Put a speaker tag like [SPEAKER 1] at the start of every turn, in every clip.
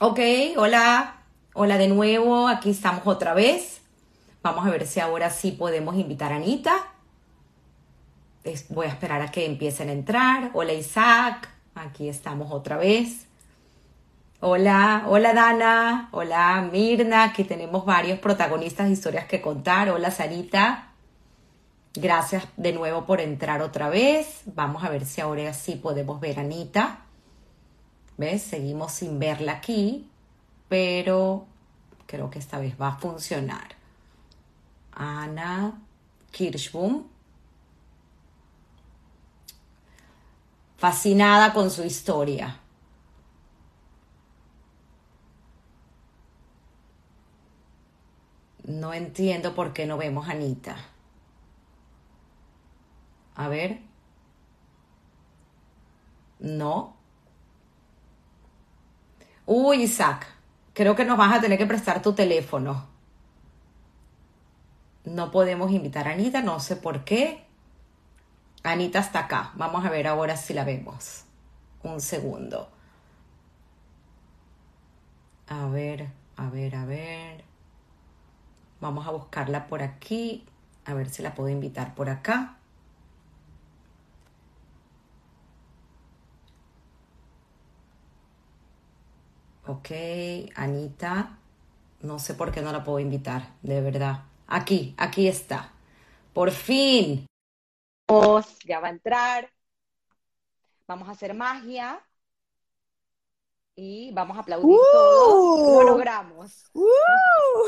[SPEAKER 1] Ok, hola, hola de nuevo, aquí estamos otra vez. Vamos a ver si ahora sí podemos invitar a Anita. Voy a esperar a que empiecen a entrar. Hola Isaac, aquí estamos otra vez. Hola, hola Dana, hola Mirna, aquí tenemos varios protagonistas de historias que contar. Hola Sarita, gracias de nuevo por entrar otra vez. Vamos a ver si ahora sí podemos ver a Anita. ¿Ves? Seguimos sin verla aquí, pero creo que esta vez va a funcionar. Ana Kirschbaum, fascinada con su historia. No entiendo por qué no vemos a Anita. A ver. No. Uy, Isaac, creo que nos vas a tener que prestar tu teléfono. No podemos invitar a Anita, no sé por qué. Anita está acá. Vamos a ver ahora si la vemos. Un segundo. A ver, a ver, a ver. Vamos a buscarla por aquí. A ver si la puedo invitar por acá. Ok, Anita. No sé por qué no la puedo invitar, de verdad. Aquí está. Por fin. Ya va a entrar. Vamos a hacer magia y vamos a aplaudir todos. Lo
[SPEAKER 2] ¡Uh!
[SPEAKER 1] logramos.
[SPEAKER 2] ¡Uh!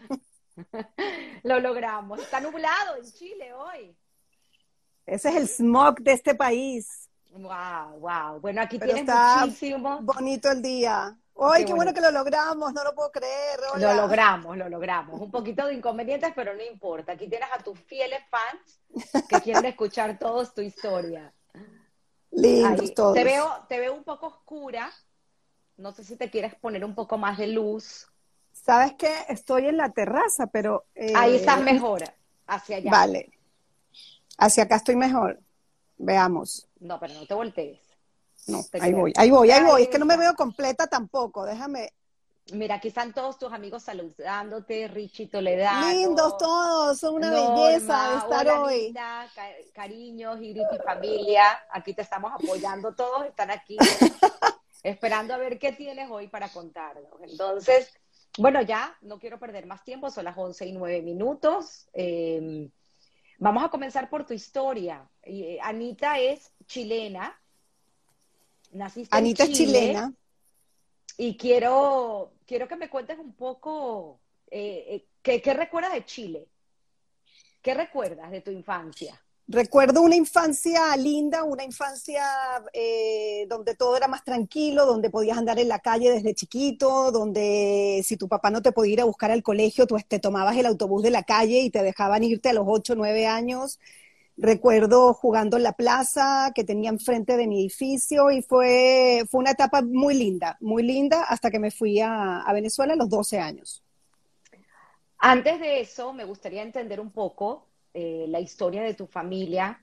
[SPEAKER 1] Lo logramos. Está nublado en Chile hoy.
[SPEAKER 2] Ese es el smog de este país,
[SPEAKER 1] Wow, wow. Bueno, aquí
[SPEAKER 2] pero
[SPEAKER 1] tienes
[SPEAKER 2] está
[SPEAKER 1] muchísimo.
[SPEAKER 2] bonito el día.
[SPEAKER 1] Qué
[SPEAKER 2] ¡Ay, qué bueno
[SPEAKER 1] bonito.
[SPEAKER 2] que lo logramos! No lo puedo creer.
[SPEAKER 1] Lo
[SPEAKER 2] Hola.
[SPEAKER 1] logramos, lo logramos. Un poquito de inconvenientes, pero no importa. Aquí tienes a tus fieles fans que quieren escuchar todos tu historia.
[SPEAKER 2] Lindos
[SPEAKER 1] Ahí,
[SPEAKER 2] todos.
[SPEAKER 1] te veo un poco oscura. No sé si te quieres poner un poco más de luz.
[SPEAKER 2] ¿Sabes qué? Estoy en la terraza, pero
[SPEAKER 1] Ahí estás mejor, hacia allá.
[SPEAKER 2] vale. Hacia acá estoy mejor. Veamos.
[SPEAKER 1] No, pero no te voltees.
[SPEAKER 2] No,
[SPEAKER 1] Te
[SPEAKER 2] ahí voy,
[SPEAKER 1] queremos.
[SPEAKER 2] ahí voy, ahí
[SPEAKER 1] Ahí
[SPEAKER 2] voy. Es que no me
[SPEAKER 1] está.
[SPEAKER 2] veo completa tampoco. Déjame.
[SPEAKER 1] Mira, aquí están todos tus amigos saludándote. Richie
[SPEAKER 2] Lindos
[SPEAKER 1] Toledano,
[SPEAKER 2] todos. Son una belleza de
[SPEAKER 1] Norma.
[SPEAKER 2] estar
[SPEAKER 1] Hola,
[SPEAKER 2] hoy.
[SPEAKER 1] Anita. Cariños, Iris y familia. Aquí te estamos apoyando todos. Están aquí esperando a ver qué tienes hoy para contarnos. Entonces, bueno, ya no quiero perder más tiempo. Son las 11:09. Vamos a comenzar por tu historia. Anita es chilena, naciste en
[SPEAKER 2] Anita es
[SPEAKER 1] Chile
[SPEAKER 2] chilena.
[SPEAKER 1] y quiero que me cuentes un poco qué recuerdas de Chile, qué recuerdas de tu infancia.
[SPEAKER 2] Recuerdo una infancia linda, una infancia donde todo era más tranquilo, donde podías andar en la calle desde chiquito, donde si tu papá no te podía ir a buscar al colegio, tú te tomabas el autobús de la calle y te dejaban irte a los 8 o 9 años. Recuerdo jugando en la plaza que tenía enfrente de mi edificio y fue una etapa muy linda hasta que me fui a Venezuela a los 12 años.
[SPEAKER 1] Antes de eso, me gustaría entender un poco la historia de tu familia,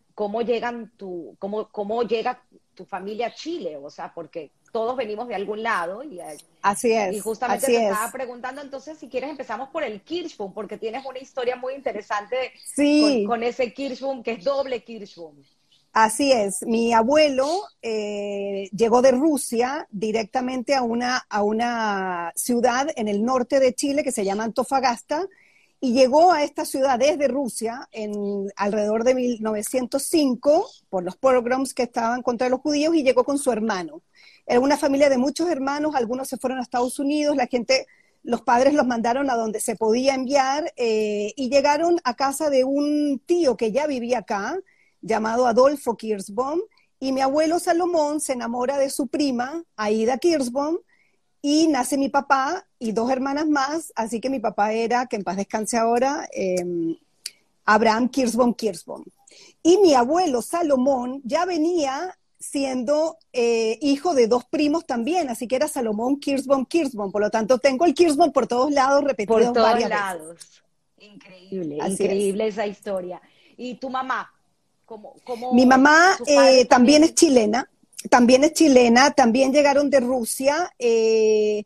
[SPEAKER 1] cómo llega tu familia a Chile, o sea, porque todos venimos de algún lado y justamente
[SPEAKER 2] así
[SPEAKER 1] te estaba
[SPEAKER 2] es.
[SPEAKER 1] preguntando, entonces, si quieres empezamos por el Kirschbaum, porque tienes una historia muy interesante
[SPEAKER 2] Sí,
[SPEAKER 1] con ese Kirschbaum, que es doble Kirschbaum.
[SPEAKER 2] así es, mi abuelo llegó de Rusia directamente a una ciudad en el norte de Chile que se llama Antofagasta y llegó a esta ciudad desde Rusia en alrededor de 1905 por los pogroms que estaban contra los judíos y llegó con su hermano. Era una familia de muchos hermanos, algunos se fueron a Estados Unidos, la gente, los padres los mandaron a donde se podía enviar y llegaron a casa de un tío que ya vivía acá, llamado Adolfo Kirschbaum, y mi abuelo Salomón se enamora de su prima, Aida Kirschbaum, y nace mi papá y dos hermanas más, así que mi papá era, que en paz descanse ahora, Abraham Kirschbaum Kirschbaum. Y mi abuelo Salomón ya venía siendo hijo de dos primos también, así que era Salomón Kirschbaum Kirschbaum, por lo tanto tengo el Kirschbaum por todos lados
[SPEAKER 1] Por
[SPEAKER 2] repetidos
[SPEAKER 1] todos
[SPEAKER 2] varias veces.
[SPEAKER 1] lados. Increíble,
[SPEAKER 2] Así es.
[SPEAKER 1] increíble esa historia. ¿Y tu mamá?
[SPEAKER 2] Mi mamá
[SPEAKER 1] Tus padres
[SPEAKER 2] también es
[SPEAKER 1] también?
[SPEAKER 2] chilena, también es chilena, también llegaron de Rusia.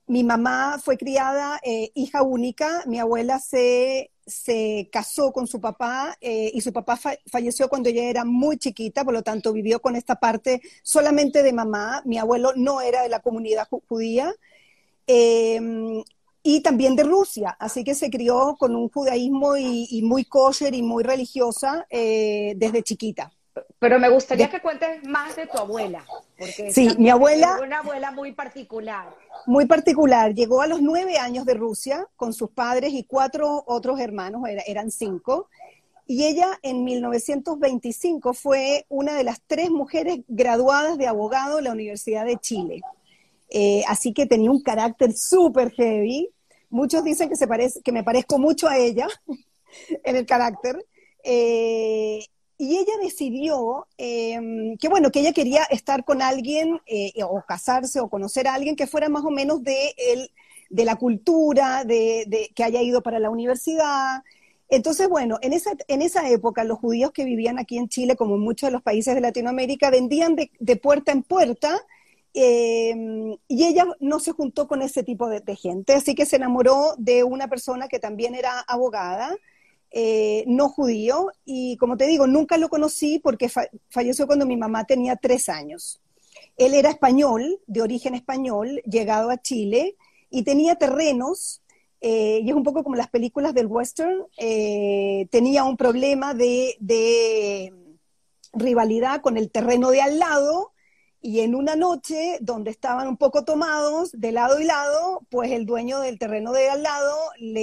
[SPEAKER 2] Mi mamá fue criada hija única, mi abuela se casó con su papá y su papá falleció cuando ella era muy chiquita, por lo tanto vivió con esta parte solamente de mamá. Mi abuelo no era de la comunidad judía. Eh, y también de Rusia, así que se crió con un judaísmo y muy kosher y muy religiosa desde chiquita.
[SPEAKER 3] Pero me gustaría
[SPEAKER 2] De,
[SPEAKER 3] que cuentes más de tu abuela, porque
[SPEAKER 2] sí, mi
[SPEAKER 3] también es
[SPEAKER 2] abuela,
[SPEAKER 3] una abuela muy particular.
[SPEAKER 2] muy particular, llegó a los 9 años de Rusia con sus padres y 4 otros hermanos, eran 5, y ella en 1925 fue una de las 3 mujeres graduadas de abogado en la Universidad de Chile. Así que tenía un carácter súper heavy. Muchos dicen que me parezco mucho a ella en el carácter. Y ella decidió que, bueno, que ella quería estar con alguien o casarse o conocer a alguien que fuera más o menos de la cultura, que haya ido para la universidad. Entonces, bueno, en esa época los judíos que vivían aquí en Chile, como en muchos de los países de Latinoamérica, vendían de puerta en puerta y ella no se juntó con ese tipo de gente, así que se enamoró de una persona que también era abogada, no judío, y como te digo, nunca lo conocí porque falleció cuando mi mamá tenía 3 años. Él era español, de origen español, llegado a Chile, y tenía terrenos, y es un poco como las películas del western, tenía un problema de rivalidad con el terreno de al lado, y en una noche donde estaban un poco tomados de lado y lado, pues el dueño del terreno de al lado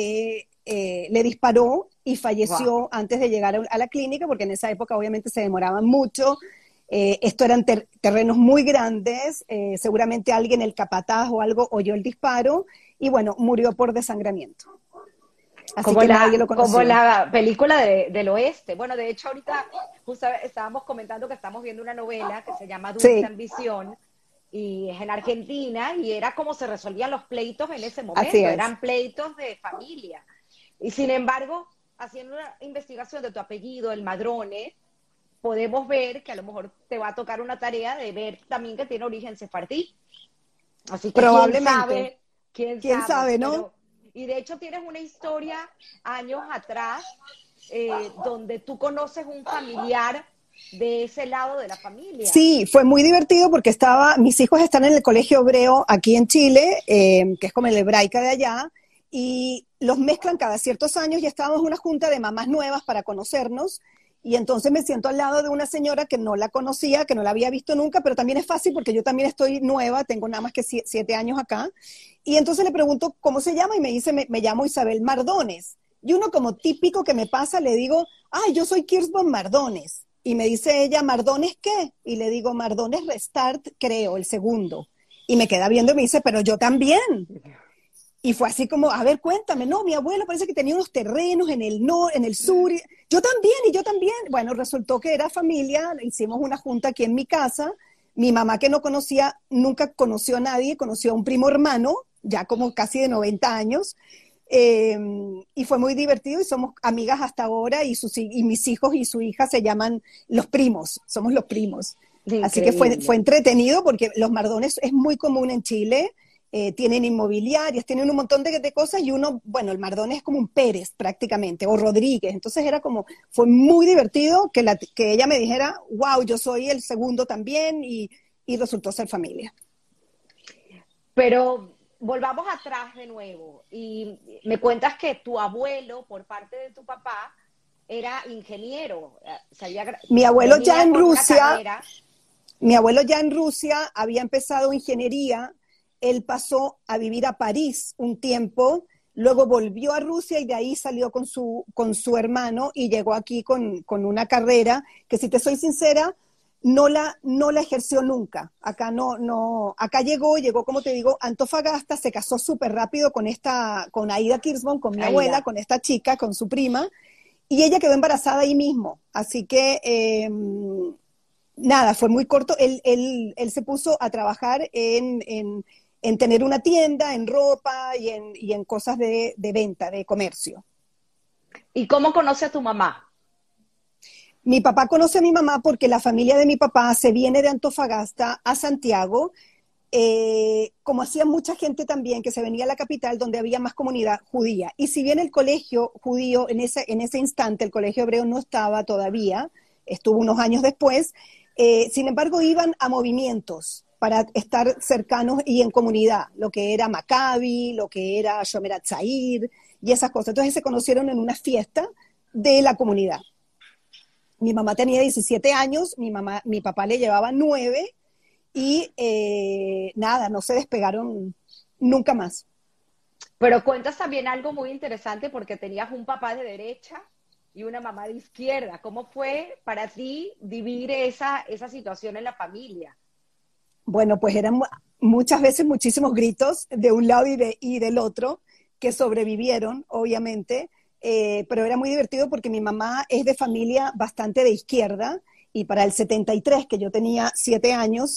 [SPEAKER 2] le disparó y
[SPEAKER 3] Wow.
[SPEAKER 2] falleció antes de llegar a la clínica, porque en esa época obviamente se demoraban mucho. Esto eran terrenos muy grandes, seguramente alguien, el capataz o algo, oyó el disparo y bueno, murió por desangramiento. Así que nadie lo
[SPEAKER 3] Como
[SPEAKER 2] conoció.
[SPEAKER 3] la película del oeste. Bueno, de hecho, ahorita justo estábamos comentando que estamos viendo una novela que se llama Dulce
[SPEAKER 2] Sí,
[SPEAKER 3] Ambición y es en Argentina y era como se resolvían los pleitos en ese
[SPEAKER 2] así
[SPEAKER 3] momento,
[SPEAKER 2] es.
[SPEAKER 3] eran pleitos de familia. Y sin embargo, haciendo una investigación de tu apellido, el Madrone, podemos ver que a lo mejor te va a tocar una tarea de ver también que tiene origen sefardí. Así que
[SPEAKER 2] Probablemente.
[SPEAKER 3] quién
[SPEAKER 2] ¿Quién
[SPEAKER 3] sabe,
[SPEAKER 2] sabe, no?
[SPEAKER 3] pero, y de hecho tienes una historia años atrás donde tú conoces un familiar de ese lado de la familia.
[SPEAKER 2] Sí, fue muy divertido porque mis hijos están en el colegio hebreo aquí en Chile, que es como el hebraica de allá, y los mezclan cada ciertos años y estábamos en una junta de mamás nuevas para conocernos, y entonces me siento al lado de una señora que no la conocía, que no la había visto nunca, pero también es fácil porque yo también estoy nueva, tengo nada más que 7 años acá, y entonces le pregunto cómo se llama y me dice, me llamo Isabel Mardones, y uno como típico que me pasa le digo, ay, yo soy Kirsbon Mardones. Y me dice ella, ¿Mardones qué? Y le digo, Mardones Restart, creo, el segundo. Y me queda viendo y me dice, pero yo también. Y fue así como, a ver, cuéntame, no, mi abuelo parece que tenía unos terrenos en el norte, en el sur. Yo también, y yo también. Bueno, resultó que era familia, hicimos una junta aquí en mi casa. Mi mamá que no conocía, nunca conoció a nadie, conoció a un primo hermano, ya como casi de 90 años. Eh, y fue muy divertido y somos amigas hasta ahora y mis hijos y su hija se llaman los primos, somos los primos. Así que fue
[SPEAKER 3] Increíble.
[SPEAKER 2] entretenido porque los Mardones es muy común en Chile, tienen inmobiliarias, tienen un montón de cosas y uno, bueno, el Mardones es como un Pérez prácticamente, o Rodríguez, entonces fue muy divertido que ella me dijera, wow, yo soy el segundo también y resultó ser familia.
[SPEAKER 3] Pero volvamos atrás de nuevo y me cuentas que tu abuelo, por parte de tu papá, era ingeniero,
[SPEAKER 2] Mi abuelo ya
[SPEAKER 3] venía
[SPEAKER 2] en
[SPEAKER 3] con una
[SPEAKER 2] Rusia
[SPEAKER 3] carrera.
[SPEAKER 2] Mi abuelo ya en Rusia había empezado ingeniería, él pasó a vivir a París un tiempo, luego volvió a Rusia y de ahí salió con su hermano y llegó aquí con una carrera que, si te soy sincera, no la ejerció nunca. Acá acá llegó, como te digo, a Antofagasta, se casó súper rápido con Aida Kirsbon, con mi abuela,
[SPEAKER 3] Aida.
[SPEAKER 2] con esta chica, con su prima, y ella quedó embarazada ahí mismo. Así que nada, fue muy corto. Él se puso a trabajar en tener una tienda, en ropa y en cosas de venta, de comercio.
[SPEAKER 3] ¿Y cómo conoce a tu mamá?
[SPEAKER 2] Mi papá conoce a mi mamá porque la familia de mi papá se viene de Antofagasta a Santiago. como hacía mucha gente también que se venía a la capital donde había más comunidad judía. Y si bien el colegio judío en ese instante, el colegio hebreo no estaba todavía, estuvo unos años después, sin embargo iban a movimientos para estar cercanos y en comunidad, lo que era Maccabi, lo que era Shomer Hatzair y esas cosas. Entonces se conocieron en una fiesta de la comunidad. Mi mamá tenía 17 años, mi papá le llevaba 9 y nada, no se despegaron nunca más.
[SPEAKER 3] Pero cuentas también algo muy interesante porque tenías un papá de derecha y una mamá de izquierda. ¿Cómo fue para ti vivir esa situación en la familia?
[SPEAKER 2] Bueno, pues eran muchas veces muchísimos gritos de un lado y del otro que sobrevivieron, obviamente, pero era muy divertido porque mi mamá es de familia bastante de izquierda y para el 73, que yo tenía 7 años,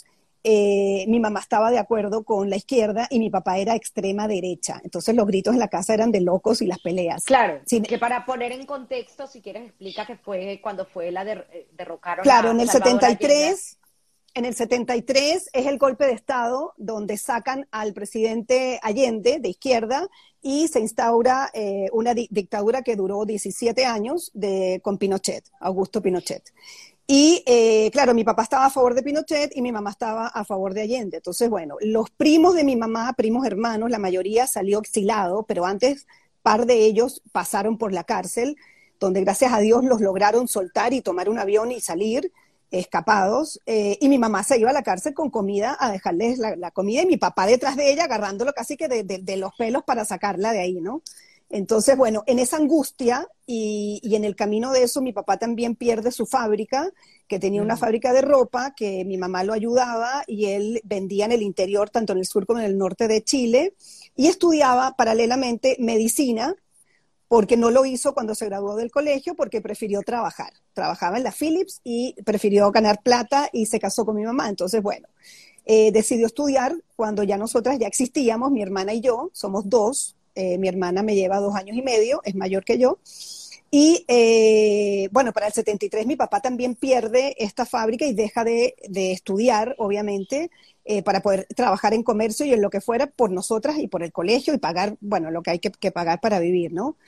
[SPEAKER 2] mi mamá estaba de acuerdo con la izquierda y mi papá era extrema derecha. Entonces los gritos en la casa eran de locos y las peleas.
[SPEAKER 3] Claro,
[SPEAKER 2] Sin,
[SPEAKER 3] que para poner en contexto, si quieres, explica que fue cuando fue derrocaron
[SPEAKER 2] claro,
[SPEAKER 3] a Salvador Allende.
[SPEAKER 2] En el 73 es el golpe de Estado donde sacan al presidente Allende de izquierda y se instaura una dictadura que duró 17 años con Pinochet, Augusto Pinochet. Y claro, mi papá estaba a favor de Pinochet y mi mamá estaba a favor de Allende. Entonces, bueno, los primos de mi mamá, primos hermanos, la mayoría salió exilado, pero antes par de ellos pasaron por la cárcel, donde gracias a Dios los lograron soltar y tomar un avión y salir escapados, y mi mamá se iba a la cárcel con comida a dejarles la comida y mi papá detrás de ella agarrándolo casi que de los pelos para sacarla de ahí, ¿no? Entonces, bueno, en esa angustia y en el camino de eso, mi papá también pierde su fábrica, que tenía una fábrica de ropa, que mi mamá lo ayudaba y él vendía en el interior, tanto en el sur como en el norte de Chile, y estudiaba paralelamente medicina, porque no lo hizo cuando se graduó del colegio, porque prefirió trabajar. Trabajaba en la Philips y prefirió ganar plata y se casó con mi mamá. Entonces, bueno, decidió estudiar cuando ya nosotras ya existíamos, mi hermana y yo, somos dos. Mi hermana me lleva 2 años y medio, es mayor que yo. Y bueno, para el 73 mi papá también pierde esta fábrica y deja de estudiar, obviamente, para poder trabajar en comercio y en lo que fuera por nosotras y por el colegio y pagar, bueno, lo que hay que pagar para vivir, ¿no?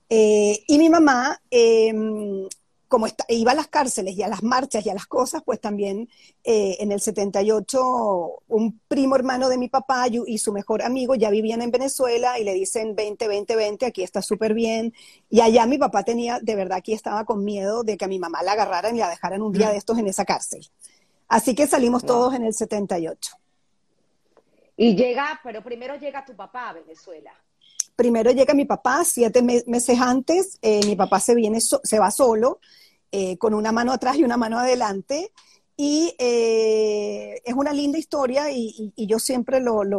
[SPEAKER 2] Y mi mamá, como iba a las cárceles y a las marchas y a las cosas, pues también en el 78 un primo hermano de mi papá y su mejor amigo ya vivían en Venezuela y le dicen, vente, vente, vente, aquí está súper bien. Y allá mi papá tenía, de verdad, aquí estaba con miedo de que a mi mamá la agarraran y la dejaran un día de estos en esa cárcel. Así que salimos
[SPEAKER 3] Wow.
[SPEAKER 2] todos en el 78.
[SPEAKER 3] Y llega, pero primero llega tu papá a Venezuela.
[SPEAKER 2] Primero llega mi papá, 7 meses antes, mi papá se va solo, con una mano atrás y una mano adelante, y es una linda historia y yo siempre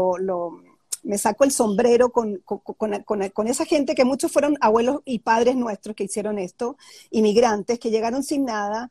[SPEAKER 2] me saco el sombrero con esa gente que muchos fueron abuelos y padres nuestros que hicieron esto, inmigrantes que llegaron sin nada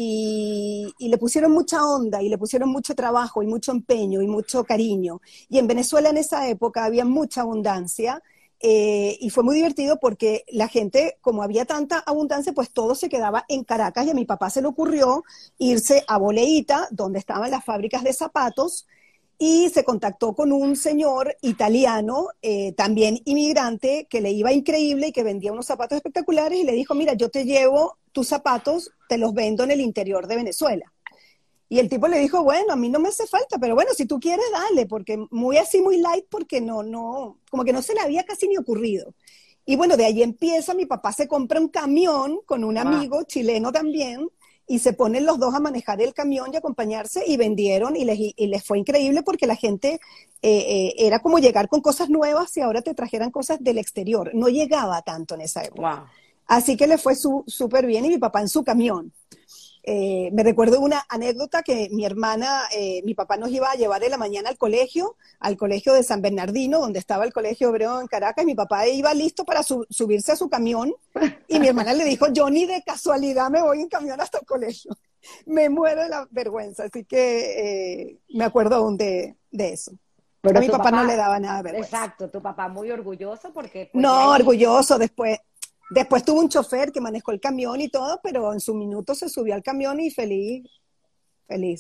[SPEAKER 2] y le pusieron mucha onda y le pusieron mucho trabajo y mucho empeño y mucho cariño. Y en Venezuela en esa época había mucha abundancia. Y fue muy divertido porque la gente, como había tanta abundancia, pues todo se quedaba en Caracas y a mi papá se le ocurrió irse a Boleíta, donde estaban las fábricas de zapatos, y se contactó con un señor italiano, también inmigrante, que le iba increíble y que vendía unos zapatos espectaculares y le dijo, mira, yo te llevo tus zapatos, te los vendo en el interior de Venezuela. Y el tipo le dijo, bueno, a mí no me hace falta, pero bueno, si tú quieres, dale, porque muy así, muy light, porque como que no se le había casi ni ocurrido. Y bueno, de ahí empieza, mi papá se compra un camión con un amigo chileno también, y se ponen los dos a manejar el camión y acompañarse, y vendieron, y les fue increíble porque la gente era como llegar con cosas nuevas y ahora te trajeran cosas del exterior. No llegaba tanto en esa época.
[SPEAKER 3] Wow.
[SPEAKER 2] Así que le fue súper bien y mi papá en su camión. Me recuerdo una anécdota que mi papá nos iba a llevar en la mañana al colegio de San Bernardino, donde estaba el colegio hebreo en Caracas. Mi papá iba listo para subirse a su camión y mi hermana le dijo, yo ni de casualidad me voy en camión hasta el colegio. Me muero de la vergüenza, así que me acuerdo aún de eso.
[SPEAKER 3] Pero
[SPEAKER 2] A mi
[SPEAKER 3] tu
[SPEAKER 2] papá no le
[SPEAKER 3] papá,
[SPEAKER 2] daba nada de vergüenza.
[SPEAKER 3] exacto, tu papá muy orgulloso porque pues de
[SPEAKER 2] No,
[SPEAKER 3] ahí,
[SPEAKER 2] orgulloso Después tuvo un chofer que manejó el camión y todo, pero en su minuto se subió al camión y feliz, feliz.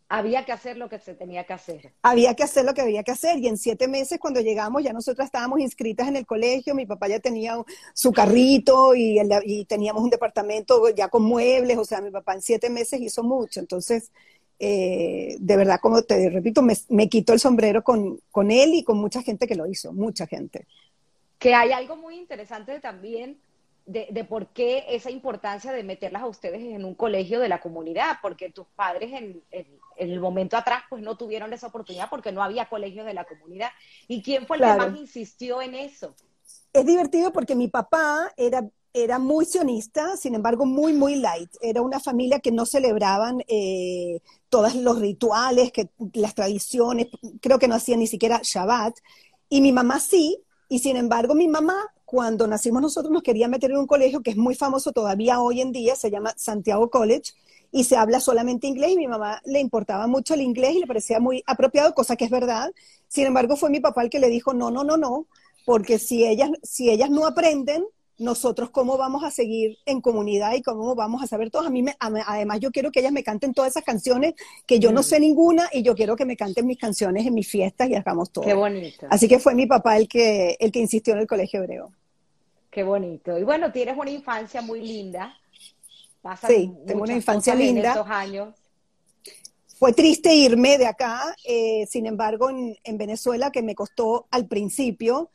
[SPEAKER 3] Había que hacer lo que se tenía que hacer.
[SPEAKER 2] Había que hacer lo que había que hacer. Y en 7 meses, cuando llegamos, ya nosotras estábamos inscritas en el colegio. Mi papá ya tenía su carrito y teníamos un departamento ya con muebles. O sea, mi papá en 7 meses hizo mucho. Entonces, de verdad, como te repito, me quito el sombrero con él y con mucha gente que lo hizo, mucha gente.
[SPEAKER 3] Que hay algo muy interesante también de por qué esa importancia de meterlas a ustedes en un colegio de la comunidad, porque tus padres en el momento atrás pues no tuvieron esa oportunidad porque no había colegios de la comunidad. ¿Y quién fue el que
[SPEAKER 2] Claro.
[SPEAKER 3] más insistió en eso?
[SPEAKER 2] Es divertido porque mi papá era muy sionista, sin embargo muy, muy light. Era una familia que no celebraban todos los rituales, las tradiciones, creo que no hacían ni siquiera Shabbat. Y mi mamá sí, y sin embargo mi mamá, cuando nacimos nosotros, nos quería meter en un colegio que es muy famoso todavía hoy en día, se llama Santiago College, y se habla solamente inglés, y mi mamá le importaba mucho el inglés y le parecía muy apropiado, cosa que es verdad. Sin embargo, fue mi papá el que le dijo, no, no, no, no, porque si ellas no aprenden, nosotros cómo vamos a seguir en comunidad y cómo vamos a saber todos. Además, yo quiero que ellas me canten todas esas canciones que yo no sé ninguna, y yo quiero que me canten mis canciones en mis fiestas y hagamos
[SPEAKER 3] Qué
[SPEAKER 2] todo.
[SPEAKER 3] bonito,
[SPEAKER 2] Así que fue mi papá el que insistió en el colegio hebreo.
[SPEAKER 3] qué bonito. Y bueno, tienes una infancia muy linda, pasan
[SPEAKER 2] Sí, tengo una
[SPEAKER 3] muchas
[SPEAKER 2] infancia
[SPEAKER 3] cosas en
[SPEAKER 2] linda.
[SPEAKER 3] esos años.
[SPEAKER 2] Fue triste irme de acá, sin embargo, en Venezuela, que me costó al principio,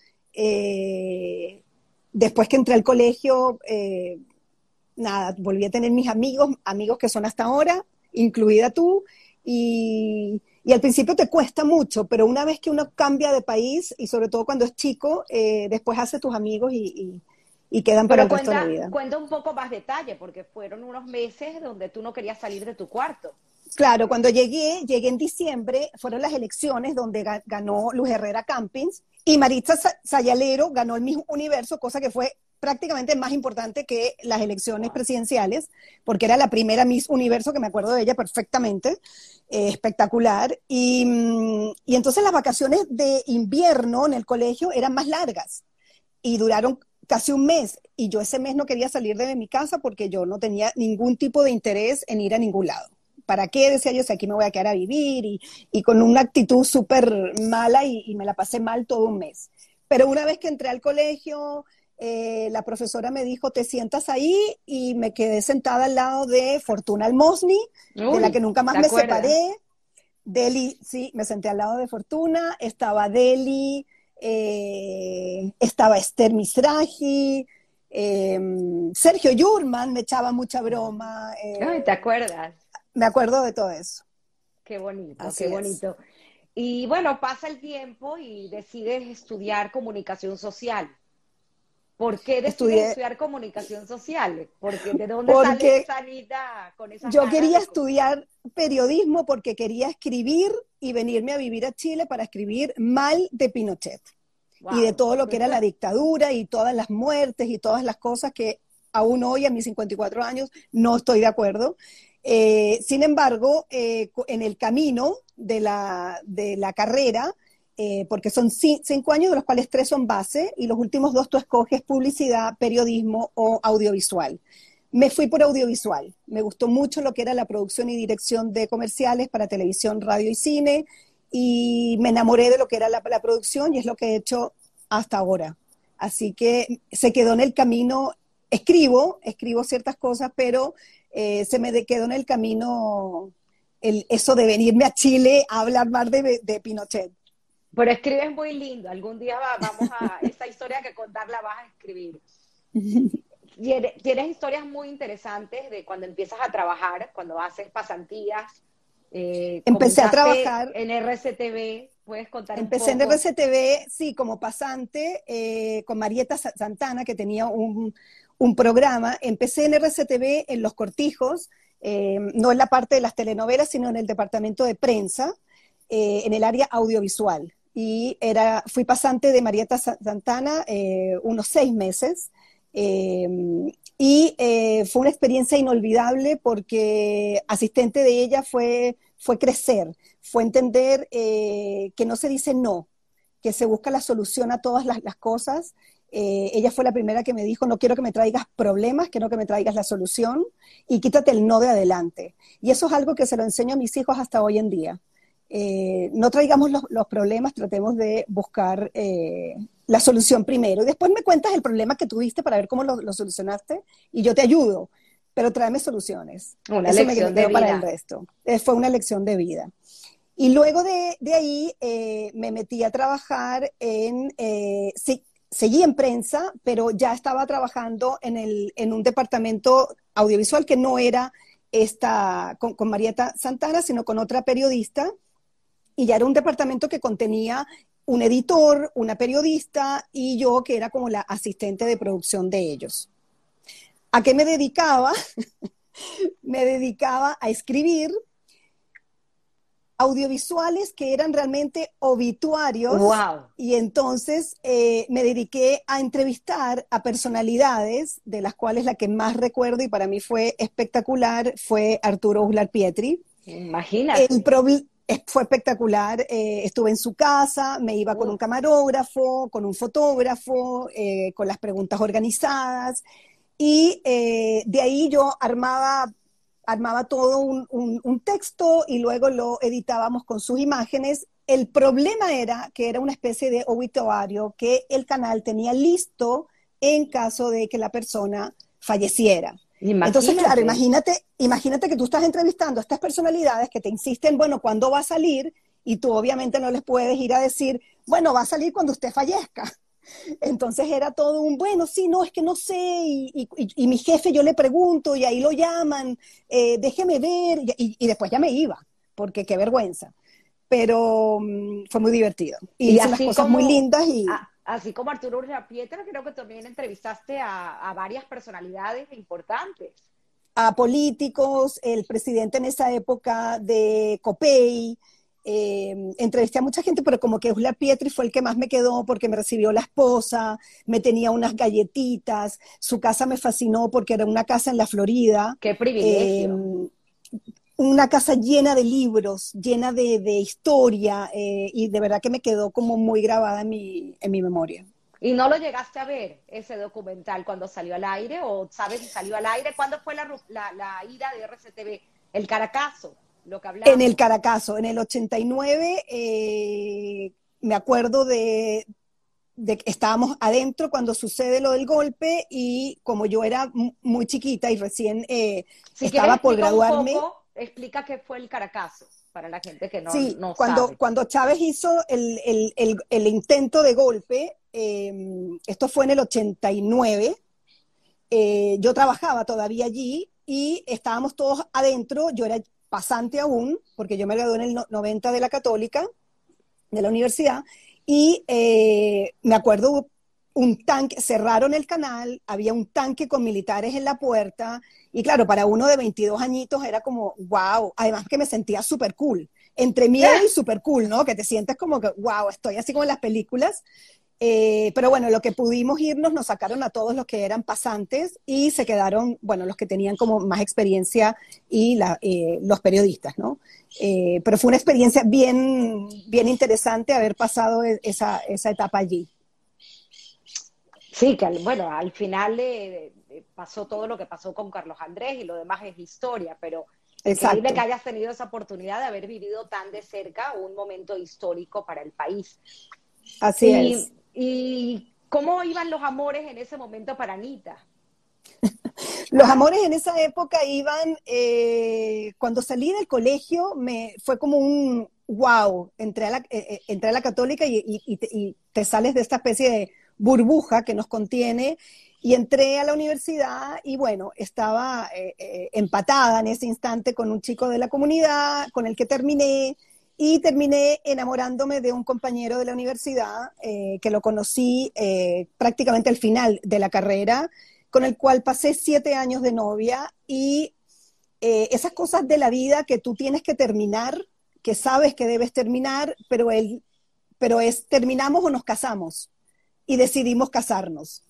[SPEAKER 2] eh, después que entré al colegio, nada, volví a tener mis amigos que son hasta ahora, incluida tú, y al principio te cuesta mucho, pero una vez que uno cambia de país, y sobre todo cuando es chico, después hace tus amigos y quedan para
[SPEAKER 3] Pero
[SPEAKER 2] el resto de la vida.
[SPEAKER 3] cuenta un poco más detalle, porque fueron unos meses donde tú no querías salir de tu cuarto.
[SPEAKER 2] Claro, cuando llegué en diciembre, fueron las elecciones donde ganó Luz Herrera Campins y Maritza Sayalero ganó el Miss Universo, cosa que fue prácticamente más importante que las elecciones
[SPEAKER 3] Wow.
[SPEAKER 2] presidenciales, porque era la primera Miss Universo, que me acuerdo de ella perfectamente, espectacular. Y entonces las vacaciones de invierno en el colegio eran más largas y duraron casi un mes. Y yo ese mes no quería salir de mi casa porque yo no tenía ningún tipo de interés en ir a ningún lado. ¿Para qué? Decía yo, si aquí me voy a quedar a vivir, y con una actitud súper mala, y me la pasé mal todo un mes. Pero una vez que entré al colegio, la profesora me dijo, te sientas ahí, y me quedé sentada al lado de Fortuna Almosni, de la que
[SPEAKER 3] Uy,
[SPEAKER 2] nunca más
[SPEAKER 3] ¿te
[SPEAKER 2] me
[SPEAKER 3] acuerdas?
[SPEAKER 2] separé. Deli, sí, me senté al lado de Fortuna, estaba Deli, estaba Esther Mizrahi, Sergio Yurman me echaba mucha broma,
[SPEAKER 3] Ay, ¿te acuerdas?
[SPEAKER 2] me acuerdo de todo eso.
[SPEAKER 3] Qué bonito, qué
[SPEAKER 2] Así es.
[SPEAKER 3] bonito. Y bueno, pasa el tiempo y decides estudiar comunicación social. ¿Por qué decides
[SPEAKER 2] Estudié
[SPEAKER 3] estudiar comunicación social? Porque ¿de dónde sale
[SPEAKER 2] porque
[SPEAKER 3] esa Anita con esas
[SPEAKER 2] yo
[SPEAKER 3] ganas
[SPEAKER 2] quería
[SPEAKER 3] de...
[SPEAKER 2] estudiar periodismo, porque quería escribir y venirme a vivir a Chile para escribir mal de Pinochet y de
[SPEAKER 3] Wow.
[SPEAKER 2] todo lo que era la dictadura y todas las muertes y todas las cosas que aún hoy, a mis 54 años, no estoy de acuerdo. Sin embargo, en el camino de la carrera, porque son 5 años, de los cuales 3 son base, y los últimos 2 tú escoges publicidad, periodismo o audiovisual. Me fui por audiovisual. Me gustó mucho lo que era la producción y dirección de comerciales para televisión, radio y cine, y me enamoré de lo que era la producción, y es lo que he hecho hasta ahora. Así que se quedó en el camino. Escribo ciertas cosas, pero se me quedó en el camino eso de venirme a Chile a hablar más de Pinochet.
[SPEAKER 3] Pero escribes muy lindo. Algún día vamos a... Esa historia que contar la vas a escribir. Tienes historias muy interesantes de cuando empiezas a trabajar, cuando haces pasantías.
[SPEAKER 2] Empecé a
[SPEAKER 3] Comenzaste
[SPEAKER 2] trabajar.
[SPEAKER 3] en RCTV. ¿Puedes contar un
[SPEAKER 2] Empecé en
[SPEAKER 3] poco?
[SPEAKER 2] RCTV, sí, como pasante, con Marieta Santana, que tenía un programa. Empecé en RCTV en Los Cortijos, no en la parte de las telenovelas, sino en el departamento de prensa, en el área audiovisual. Y fui pasante de Marieta Santana unos 6 meses. eh, fue una experiencia inolvidable, porque asistente de ella fue crecer, fue entender que no se dice no, que se busca la solución a todas las cosas, Ella fue la primera que me dijo, no quiero que me traigas problemas, quiero que me traigas la solución y quítate el no de adelante. Y eso es algo que se lo enseño a mis hijos hasta hoy en día. No traigamos los problemas, tratemos de buscar la solución primero. Y después me cuentas el problema que tuviste para ver cómo lo solucionaste y yo te ayudo, pero tráeme soluciones.
[SPEAKER 3] Una
[SPEAKER 2] Eso me
[SPEAKER 3] lección de
[SPEAKER 2] quedó para el
[SPEAKER 3] vida.
[SPEAKER 2] resto. Fue una lección de vida. Y luego de ahí me metí a trabajar sí, seguí en prensa, pero ya estaba trabajando en un departamento audiovisual que no era con Marieta Santana, sino con otra periodista, y ya era un departamento que contenía un editor, una periodista y yo que era como la asistente de producción de ellos. ¿A qué me dedicaba? Me dedicaba a escribir audiovisuales que eran realmente obituarios.
[SPEAKER 3] Wow.
[SPEAKER 2] Y entonces me dediqué a entrevistar a personalidades, de las cuales la que más recuerdo y para mí fue espectacular fue Arturo Uslar Pietri.
[SPEAKER 3] Imagínate.
[SPEAKER 2] Fue espectacular, estuve en su casa, me iba con un camarógrafo, con un fotógrafo, con las preguntas organizadas, y de ahí yo armaba todo un texto y luego lo editábamos con sus imágenes. El problema era que era una especie de obituario que el canal tenía listo en caso de que la persona falleciera. Entonces, claro, imagínate que tú estás entrevistando a estas personalidades que te insisten, bueno, ¿cuándo va a salir? Y tú obviamente no les puedes ir a decir, bueno, va a salir cuando usted fallezca. Entonces era todo bueno, sí, no, es que no sé, y mi jefe yo le pregunto, y ahí lo llaman, déjeme ver, y después ya me iba, porque qué vergüenza. Pero fue muy divertido. Y hice unas cosas muy lindas y...
[SPEAKER 3] Así como Arturo Urrapietro, creo que también entrevistaste a varias personalidades importantes.
[SPEAKER 2] A políticos, el presidente en esa época de Copey, entrevisté a mucha gente, pero como que Uslar Pietri fue el que más me quedó porque me recibió la esposa, me tenía unas galletitas, su casa me fascinó porque era una casa en la Florida.
[SPEAKER 3] ¡Qué privilegio!
[SPEAKER 2] Una casa llena de libros, llena de historia, y de verdad que me quedó como muy grabada en mi memoria.
[SPEAKER 3] ¿Y no lo llegaste a ver, ese documental, cuando salió al aire? ¿O sabes si salió al aire? ¿Cuándo fue la ida de RCTV? El Caracazo, lo que hablamos.
[SPEAKER 2] En el Caracazo, en el 89, me acuerdo de que estábamos adentro cuando sucede lo del golpe, y como yo era muy chiquita y recién estaba por graduarme...
[SPEAKER 3] Explica qué fue el Caracazo, para la gente que no
[SPEAKER 2] sabe. Cuando Chávez hizo el intento de golpe, esto fue en el 89, yo trabajaba todavía allí y estábamos todos adentro, yo era pasante aún, porque yo me gradué en el 90 de la Católica, de la universidad, y me acuerdo un tanque, cerraron el canal, había un tanque con militares en la puerta, y claro, para uno de 22 añitos era como, wow, además que me sentía súper cool, entre miedo y súper cool, ¿no? Que te sientes como que, wow, estoy así como en las películas, pero bueno, lo que pudimos irnos, nos sacaron a todos los que eran pasantes, y se quedaron, bueno, los que tenían como más experiencia y los periodistas, ¿no? Pero fue una experiencia bien, bien interesante haber pasado esa etapa allí.
[SPEAKER 3] Sí, que bueno, al final pasó todo lo que pasó con Carlos Andrés y lo demás es historia, pero increíble que hayas tenido esa oportunidad de haber vivido tan de cerca un momento histórico para el país.
[SPEAKER 2] Así es.
[SPEAKER 3] ¿Y cómo iban los amores en ese momento para Anita?
[SPEAKER 2] Los amores en esa época iban, cuando salí del colegio, fue como un wow, entré a la Católica y te sales de esta especie de burbuja que nos contiene, y entré a la universidad y bueno, estaba empatada en ese instante con un chico de la comunidad con el que terminé enamorándome de un compañero de la universidad que lo conocí prácticamente al final de la carrera, con el cual pasé 7 años de novia, y esas cosas de la vida que tú tienes que terminar, que sabes que debes terminar, pero es terminamos o nos casamos, y decidimos casarnos.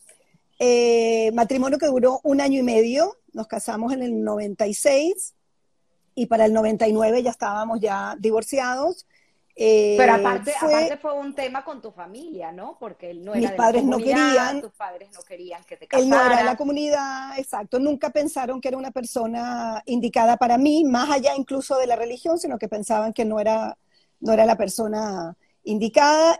[SPEAKER 2] Matrimonio que duró 1 año y medio, nos casamos en el 96, y para el 99 ya estábamos ya divorciados.
[SPEAKER 3] Pero aparte,
[SPEAKER 2] Fue,
[SPEAKER 3] aparte fue un tema con tu familia, ¿no? Porque él no
[SPEAKER 2] mis
[SPEAKER 3] era de la
[SPEAKER 2] padres no
[SPEAKER 3] comunidad,
[SPEAKER 2] querían,
[SPEAKER 3] tus padres no querían que te
[SPEAKER 2] él no era de la
[SPEAKER 3] casaras.
[SPEAKER 2] comunidad, exacto, nunca pensaron que era una persona indicada para mí, más allá incluso de la religión, sino que pensaban que no era la persona indicada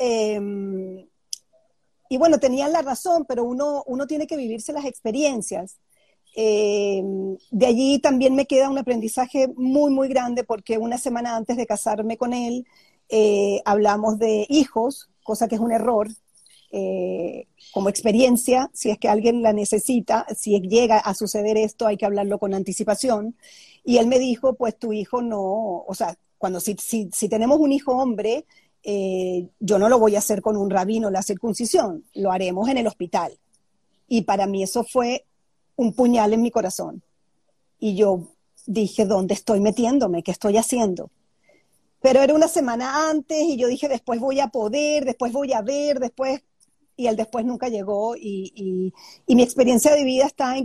[SPEAKER 2] y bueno, tenían la razón, pero uno tiene que vivirse las experiencias. De allí también me queda un aprendizaje muy, muy grande porque una semana antes de casarme con él, hablamos de hijos, cosa que es un error, como experiencia, si es que alguien la necesita, si llega a suceder esto, hay que hablarlo con anticipación. Y él me dijo, pues tu hijo no, o sea, cuando si tenemos un hijo hombre, yo no lo voy a hacer con un rabino la circuncisión, lo haremos en el hospital. Y para mí eso fue un puñal en mi corazón. Y yo dije, ¿dónde estoy metiéndome? ¿Qué estoy haciendo? Pero era una semana antes y yo dije, después voy a poder, después voy a ver, después, y el después nunca llegó. Y mi experiencia de vida está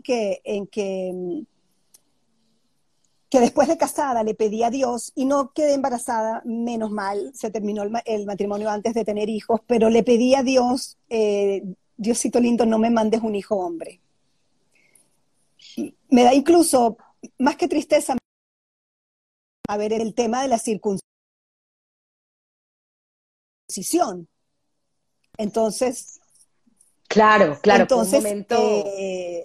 [SPEAKER 2] que después de casada le pedí a Dios y no quedé embarazada, menos mal, se terminó el matrimonio antes de tener hijos, pero le pedí a Dios, Diosito lindo, no me mandes un hijo hombre. Me da incluso, más que tristeza, a ver el tema de la circuncisión. Entonces,
[SPEAKER 3] Claro, claro, fue un
[SPEAKER 2] entonces
[SPEAKER 3] momento.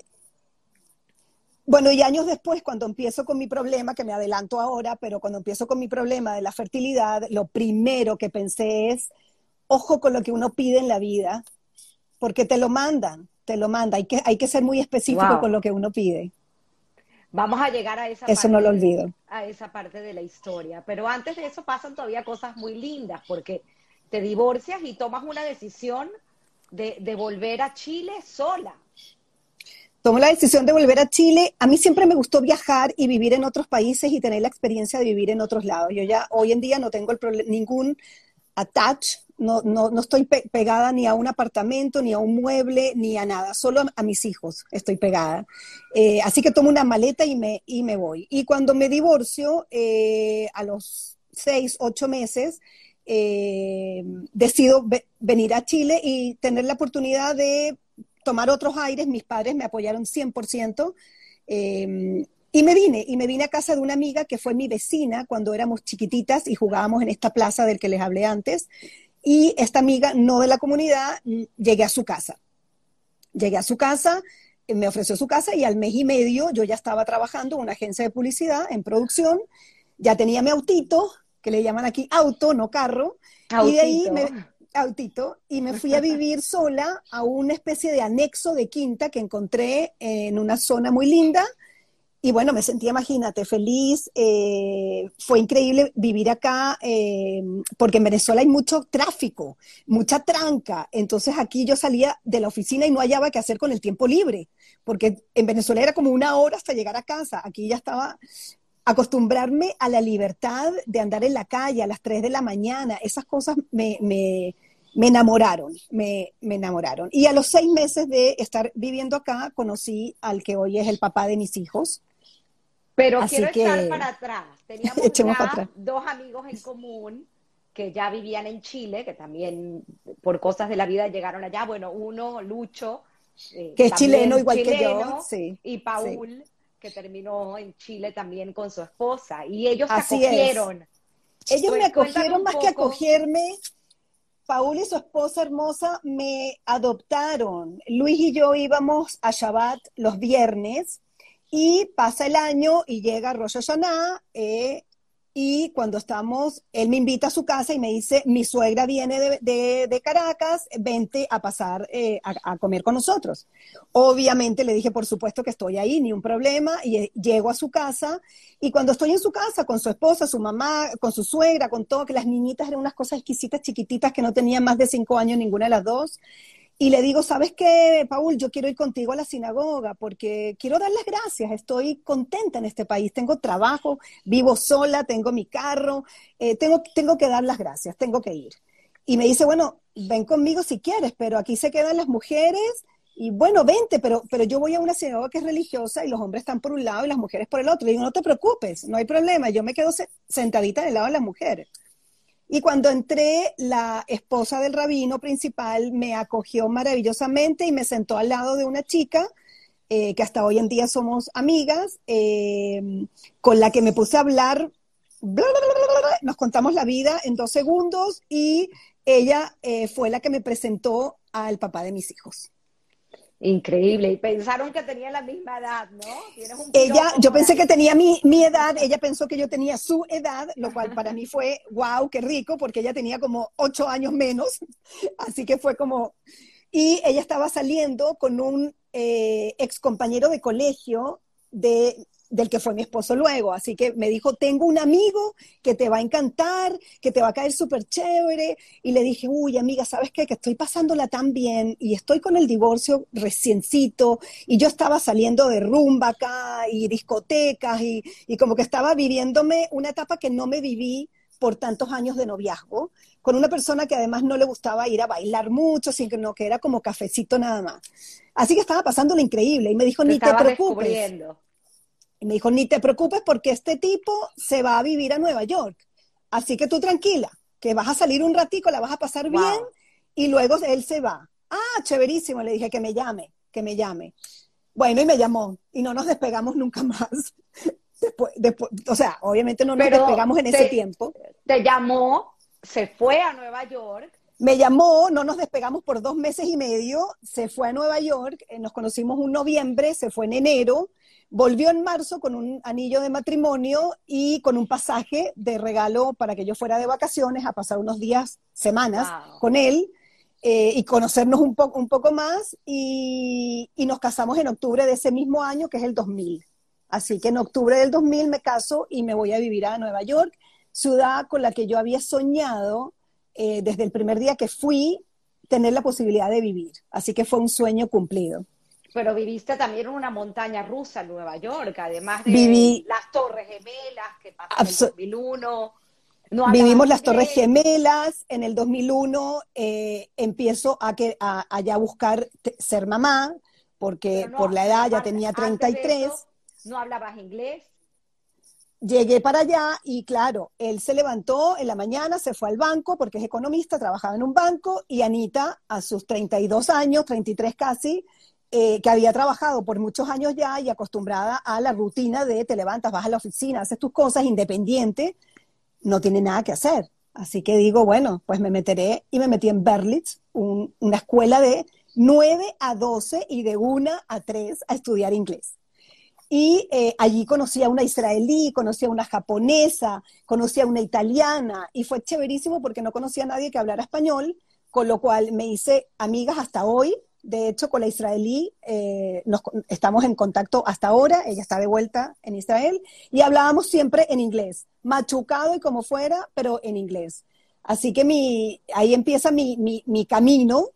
[SPEAKER 2] bueno, y años después, cuando empiezo con mi problema, que me adelanto ahora, pero cuando empiezo con mi problema de la fertilidad, lo primero que pensé es, ojo con lo que uno pide en la vida, porque te lo mandan. Hay que ser muy específico con
[SPEAKER 3] Wow.
[SPEAKER 2] lo que uno pide.
[SPEAKER 3] Vamos a llegar
[SPEAKER 2] Eso no lo olvido.
[SPEAKER 3] a esa parte de la historia. Pero antes de eso pasan todavía cosas muy lindas, porque te divorcias y tomas una decisión de volver a Chile sola.
[SPEAKER 2] Tomo la decisión de volver a Chile. A mí siempre me gustó viajar y vivir en otros países y tener la experiencia de vivir en otros lados. Yo ya hoy en día no tengo ningún attach, no estoy pegada ni a un apartamento, ni a un mueble, ni a nada, solo a mis hijos estoy pegada. Así que tomo una maleta y me voy. Y cuando me divorcio, a los 6, 8 meses, decido venir a Chile y tener la oportunidad de tomar otros aires. Mis padres me apoyaron 100%. Y me vine a casa de una amiga que fue mi vecina cuando éramos chiquititas y jugábamos en esta plaza del que les hablé antes. Y esta amiga, no de la comunidad, llegué a su casa. Llegué a su casa, me ofreció su casa y al mes y medio yo ya estaba trabajando en una agencia de publicidad, en producción, ya tenía mi autito, que le llaman aquí auto, no carro, y de ahí
[SPEAKER 3] Autito.
[SPEAKER 2] autito, y me fui a vivir sola a una especie de anexo de quinta que encontré en una zona muy linda. Y bueno, me sentí, imagínate, feliz. Fue increíble vivir acá porque en Venezuela hay mucho tráfico, mucha tranca. Entonces aquí yo salía de la oficina y no hallaba qué hacer con el tiempo libre, porque en Venezuela era como una hora hasta llegar a casa. Aquí ya estaba acostumbrarme a la libertad de andar en la calle a las 3 de la mañana. Esas cosas me enamoraron, me enamoraron. Y a los 6 meses de estar viviendo acá, conocí al que hoy es el papá de mis hijos.
[SPEAKER 3] Pero quiero
[SPEAKER 2] Así
[SPEAKER 3] echar
[SPEAKER 2] que
[SPEAKER 3] para atrás. Teníamos
[SPEAKER 2] echemos para
[SPEAKER 3] ya
[SPEAKER 2] atrás.
[SPEAKER 3] dos amigos en común que ya vivían en Chile, que también por cosas de la vida llegaron allá. Bueno, uno, Lucho,
[SPEAKER 2] Que es chileno
[SPEAKER 3] también
[SPEAKER 2] igual que yo,
[SPEAKER 3] chileno,
[SPEAKER 2] sí,
[SPEAKER 3] y
[SPEAKER 2] sí.
[SPEAKER 3] Paul, que terminó en Chile también con su esposa. Y ellos se
[SPEAKER 2] Así es.
[SPEAKER 3] acogieron.
[SPEAKER 2] Ellos me
[SPEAKER 3] Cuéntame
[SPEAKER 2] acogieron
[SPEAKER 3] un
[SPEAKER 2] más que
[SPEAKER 3] poco.
[SPEAKER 2] acogerme. Paul y su esposa hermosa me adoptaron. Luis y yo íbamos a Shabbat los viernes y pasa el año y llega Rosh Hashanah, y cuando estamos, él me invita a su casa y me dice, mi suegra viene de Caracas, vente a pasar a comer con nosotros. Obviamente le dije, por supuesto que estoy ahí, ni un problema, y llego a su casa y cuando estoy en su casa con su esposa, su mamá, con su suegra, con todo, que las niñitas eran unas cosas exquisitas, chiquititas, que no tenían más de 5 años ninguna de las dos, y le digo, ¿sabes qué, Paul? Yo quiero ir contigo a la sinagoga porque quiero dar las gracias. Estoy contenta en este país. Tengo trabajo, vivo sola, tengo mi carro. Tengo que dar las gracias, tengo que ir. Y me dice, bueno, ven conmigo si quieres, pero aquí se quedan las mujeres. Y bueno, vente, pero yo voy a una sinagoga que es religiosa y los hombres están por un lado y las mujeres por el otro. Le digo, no te preocupes, no hay problema. Yo me quedo sentadita del lado de las mujeres. Y cuando entré, la esposa del rabino principal me acogió maravillosamente y me sentó al lado de una chica que hasta hoy en día somos amigas, con la que me puse a hablar, nos contamos la vida en 2 segundos y ella fue la que me presentó al papá de mis hijos.
[SPEAKER 3] Increíble. Y pensaron que tenían la misma edad, ¿no? Tienes un
[SPEAKER 2] Ella,
[SPEAKER 3] piropo
[SPEAKER 2] yo
[SPEAKER 3] por
[SPEAKER 2] pensé que
[SPEAKER 3] ahí.
[SPEAKER 2] tenía mi edad, ella pensó que yo tenía su edad, lo cual para mí fue, wow, qué rico, porque ella tenía como 8 años menos, así que fue como, y ella estaba saliendo con un ex compañero de colegio del que fue mi esposo luego. Así que me dijo, tengo un amigo que te va a encantar, que te va a caer súper chévere. Y le dije, uy, amiga, ¿sabes qué? Que estoy pasándola tan bien y estoy con el divorcio reciencito y yo estaba saliendo de rumba acá y discotecas y como que estaba viviéndome una etapa que no me viví por tantos años de noviazgo, con una persona que además no le gustaba ir a bailar mucho, sino que era como cafecito nada más. Así que estaba pasándolo increíble y me dijo,
[SPEAKER 3] Te
[SPEAKER 2] ni te
[SPEAKER 3] estabas
[SPEAKER 2] preocupes.
[SPEAKER 3] descubriendo.
[SPEAKER 2] Y me dijo, ni te preocupes porque este tipo se va a vivir a Nueva York. Así que tú tranquila, que vas a salir un ratico, la vas a pasar bien
[SPEAKER 3] Wow.
[SPEAKER 2] y luego él se va. Ah, chéverísimo, le dije que me llame, que me llame. Bueno, y me llamó y no nos despegamos nunca más. Después, o sea, obviamente no nos
[SPEAKER 3] Pero
[SPEAKER 2] despegamos en ese tiempo.
[SPEAKER 3] te llamó, se fue a Nueva York.
[SPEAKER 2] Me llamó, no nos despegamos por 2 meses y medio, se fue a Nueva York, nos conocimos un noviembre, se fue en enero, volvió en marzo con un anillo de matrimonio y con un pasaje de regalo para que yo fuera de vacaciones a pasar unos días, semanas
[SPEAKER 3] Wow.
[SPEAKER 2] con él y conocernos un poco más y nos casamos en octubre de ese mismo año, que es el 2000. Así que en octubre del 2000 me caso y me voy a vivir a Nueva York, ciudad con la que yo había soñado desde el primer día que fui, tener la posibilidad de vivir. Así que fue un sueño cumplido.
[SPEAKER 3] Pero viviste también en una montaña rusa en Nueva York, además de
[SPEAKER 2] Viví,
[SPEAKER 3] las Torres Gemelas que pasó en el 2001. No hablabas
[SPEAKER 2] vivimos las Torres
[SPEAKER 3] inglés.
[SPEAKER 2] Gemelas, en el 2001 empiezo a ya buscar ser mamá,
[SPEAKER 3] Pero
[SPEAKER 2] porque por
[SPEAKER 3] no,
[SPEAKER 2] la
[SPEAKER 3] pero
[SPEAKER 2] edad ya
[SPEAKER 3] aparte,
[SPEAKER 2] tenía
[SPEAKER 3] antes de
[SPEAKER 2] 33.
[SPEAKER 3] eso, no hablabas inglés.
[SPEAKER 2] Llegué para allá y claro, él se levantó en la mañana, se fue al banco porque es economista, trabajaba en un banco y Anita a sus 32 años, 33 casi, que había trabajado por muchos años ya y acostumbrada a la rutina de te levantas, vas a la oficina, haces tus cosas independiente, no tiene nada que hacer. Así que digo, bueno, pues me meteré y me metí en Berlitz, una escuela de 9 a 12 y de 1 a 3 a estudiar inglés. Y allí conocí a una israelí, conocí a una japonesa, conocí a una italiana y fue chéverísimo porque no conocía a nadie que hablara español, con lo cual me hice amigas hasta hoy. De hecho, con la israelí estamos en contacto hasta ahora, ella está de vuelta en Israel y hablábamos siempre en inglés, machucado y como fuera, pero en inglés. Así que ahí empieza mi camino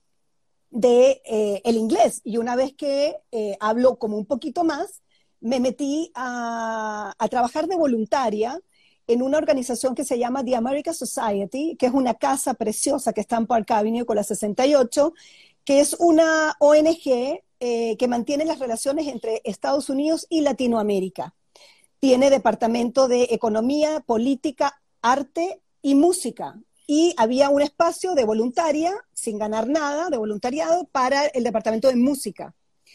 [SPEAKER 2] de el inglés. Y una vez que hablo como un poquito más, me metí a trabajar de voluntaria en una organización que se llama The American Society, que es una casa preciosa que está en Park Avenue con la 68, que es una ONG que mantiene las relaciones entre Estados Unidos y Latinoamérica. Tiene departamento de economía, política, arte y música. Y había un espacio de voluntaria, sin ganar nada, de voluntariado, para el departamento de música.